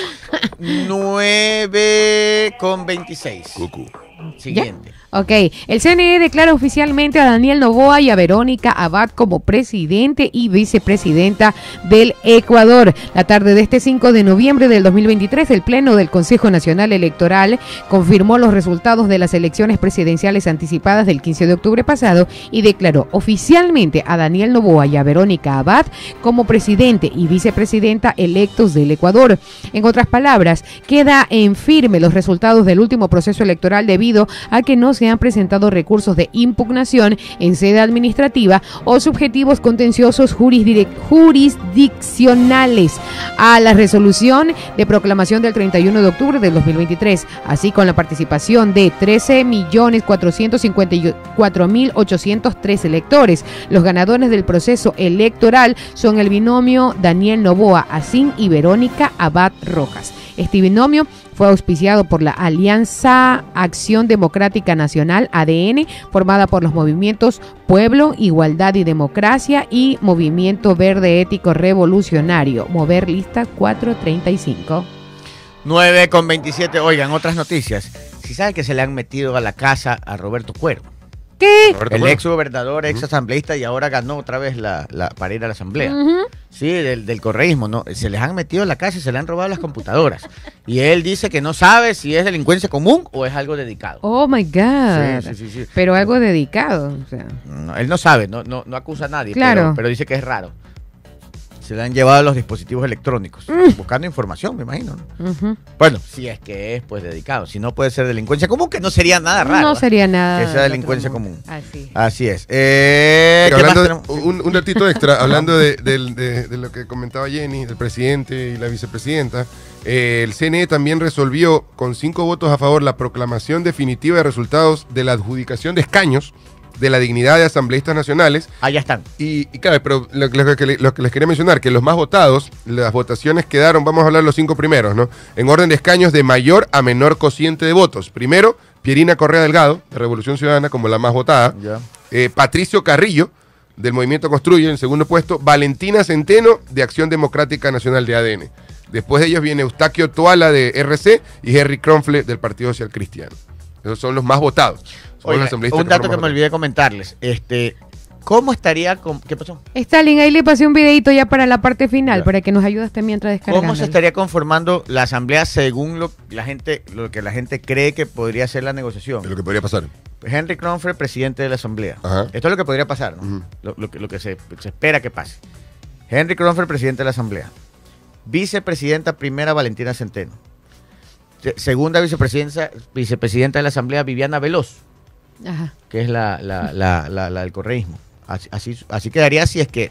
nueve con veintiséis. Cucu. Siguiente. Ok, el C N E declara oficialmente a Daniel Noboa y a Verónica Abad como presidente y vicepresidenta del Ecuador. La tarde de este cinco de noviembre del dos mil veintitrés, el Pleno del Consejo Nacional Electoral confirmó los resultados de las elecciones presidenciales anticipadas del quince de octubre pasado y declaró oficialmente a Daniel Noboa y a Verónica Abad como presidente y vicepresidenta electos del Ecuador. En otras palabras, queda en firme los resultados del último proceso electoral debido a que no se han presentado recursos de impugnación en sede administrativa o subjetivos contenciosos jurisdic- jurisdiccionales a la resolución de proclamación del treinta y uno de octubre del dos mil veintitrés, así con la participación de trece millones cuatrocientos cincuenta y cuatro mil ochocientos tres electores. Los ganadores del proceso electoral son el binomio Daniel Noboa Asín y Verónica Abad Rojas. Este binomio fue auspiciado por la Alianza Acción Democrática Nacional, A D N, formada por los movimientos Pueblo, Igualdad y Democracia y Movimiento Verde Ético Revolucionario. Mover lista cuatrocientos treinta y cinco. nueve con veintisiete. Oigan, otras noticias. Si saben que se le han metido a la casa a Roberto Cuervo, ¿Qué? Roberto el Cuervo. ex gobernador, ex asambleísta, y ahora ganó otra vez la, la, para ir a la asamblea. Ujú. Sí, del, del correísmo, ¿no? Se les han metido en la casa y se le han robado las computadoras. Y él dice que no sabe si es delincuencia común o es algo dedicado. Oh my God. Sí, sí, sí, sí. Pero algo dedicado. O sea. No, él no sabe, no, no, no acusa a nadie, Claro. pero, pero dice que es raro. Se le han llevado los dispositivos electrónicos, Mm. buscando información, me imagino, ¿no? Ujú. Bueno, si es que es pues dedicado, si no puede ser delincuencia común, que no sería nada raro. No ¿eh? sería nada. Que sea del delincuencia otro mundo. común. Así. Así es. Eh, Pero ¿qué más hablando de- tenemos? un, un datito extra, hablando de, del- de- de lo que comentaba Jenny, del presidente y la vicepresidenta, eh, el C N E también resolvió con cinco votos a favor la proclamación definitiva de resultados de la adjudicación de escaños de la dignidad de asambleístas nacionales. Allá están. Y, y claro, pero lo, lo que, lo que les quería mencionar, que los más votados, las votaciones quedaron, vamos a hablar los cinco primeros, ¿no? En orden de escaños de mayor a menor cociente de votos. Primero, Pierina Correa Delgado, de Revolución Ciudadana, como la más votada. Ya. Eh, Patricio Carrillo, del Movimiento Construye, en segundo puesto. Valentina Centeno, de Acción Democrática Nacional de A D N. Después de ellos viene Eustaquio Toala, de R C, y Henry Kronfle, del Partido Social Cristiano. Esos son los más votados. Son Oiga, los asambleístas un dato fueron que más me olvidé comentarles. Este, ¿cómo estaría con, ¿qué pasó? Stalin, ahí le pasé un videito ya para la parte final, Ya. para que nos ayudes también mientras descargando. ¿Cómo se estaría conformando la asamblea según lo la gente lo que la gente cree que podría ser la negociación? de lo que podría pasar. Henry Kronfle, presidente de la asamblea. Ajá. Esto es lo que podría pasar, ¿no? Ujú. lo, lo que, lo que se, se espera que pase. Henry Kronfle, presidente de la asamblea. Vicepresidenta primera, Valentina Centeno. Se- Segunda vicepresidenta, vicepresidenta de la asamblea, Viviana Veloz, Ajá. que es la, la, la, la, la del correísmo. Así, así, así quedaría si es que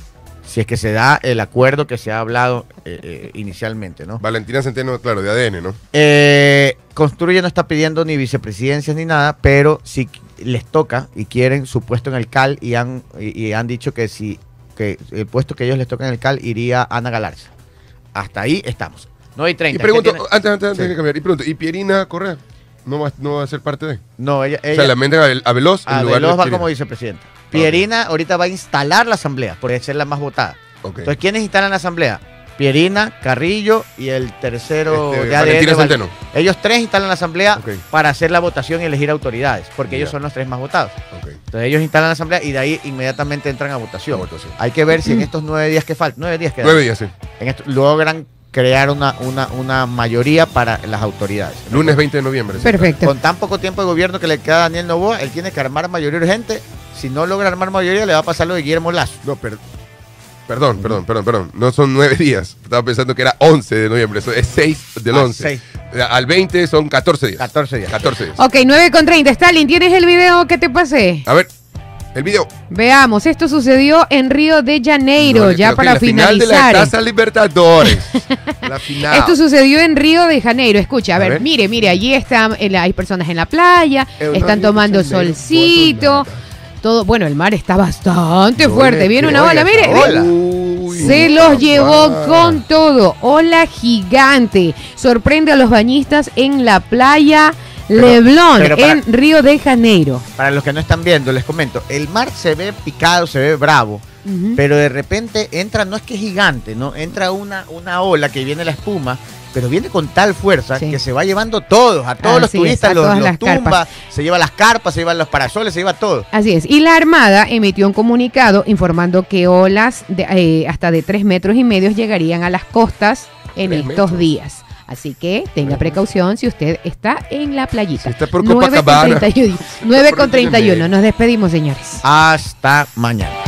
si es que se da el acuerdo que se ha hablado eh, eh, inicialmente, ¿no? Valentina Centeno, claro, de A D N, ¿no? Eh, Construye no está pidiendo ni vicepresidencias ni nada, pero si les toca y quieren su puesto en el C A L y han, y, y han dicho que si que el puesto que ellos les toca en el C A L iría Ana Galarza. Hasta ahí estamos. nueve y treinta. Y pregunto, ¿Qué tiene? antes, antes, antes Sí. de cambiar, y pregunto, ¿y Pierina Correa no va, no va a ser parte de? No, ella, o sea, ella la mente a Vel- a Veloz en a lugar Veloz de va Pierina. como vicepresidenta. Pierina ahorita va a instalar la asamblea, por ser la más votada. Ok. Entonces, ¿quiénes instalan la asamblea? Pierina, Carrillo y el tercero Este, de A D N. Valentina Val- Centeno. Ellos tres instalan la asamblea Ok. para hacer la votación y elegir autoridades, porque ellos Ya. son los tres más votados. Ok. Entonces ellos instalan la asamblea y de ahí inmediatamente entran a votación. A votación. Hay que ver si en estos nueve días que faltan, nueve días que Nueve días, sí. en esto, logran crear una, una, una mayoría para las autoridades. Lunes veinte de noviembre. sí. Perfecto. Con tan poco tiempo de gobierno que le queda a Daniel Noboa, él tiene que armar mayoría urgente. Si no logra armar mayoría, le va a pasar lo de Guillermo Lazo. No, per- perdón, perdón, perdón, perdón. No son nueve días. Estaba pensando que era once de noviembre. Eso es seis del Ah, once. seis. Al veinte son catorce días. catorce días. catorce días. Ok, nueve con treinta. Stalin, ¿tienes el video que te pasé? A ver, el video. Veamos, esto sucedió en Río de Janeiro, No, ya creo que para la final de la finalizar. Taza Libertadores. La final. Esto sucedió en Río de Janeiro. Escucha, a A ver, ver. mire, mire, allí están, eh, hay personas en la playa, Eh, están no, tomando Río de Janeiro, solcito. Bolsonaro. Todo, bueno, el mar está bastante No fuerte. le Viene una creo, ola, oiga, mire, esa mire. ola. Uy, Se los papá. llevó con todo. Ola gigante. Sorprende a los bañistas en la playa Pero- Leblon, pero para- en Río de Janeiro. Para los que no están viendo, les comento, el mar se ve picado, se ve bravo, Ujú. pero de repente entra, no es que es gigante, ¿no? Entra una, una ola que viene la espuma, pero viene con tal fuerza Sí. que se va llevando todos, a todos los Así es, turistas, a los, todas los las tumba, carpas. se lleva las carpas, se llevan los parasoles, se lleva todo. Así es. Y la Armada emitió un comunicado informando que olas de, eh, hasta de tres metros y medio llegarían a las costas en Tres estos metros. días. Así que tenga precaución si usted está en la playita. Si está por nueve con Copacabana. treinta y uno. nueve con Por Río de treinta y uno. Janeiro. Nos despedimos, señores. Hasta mañana.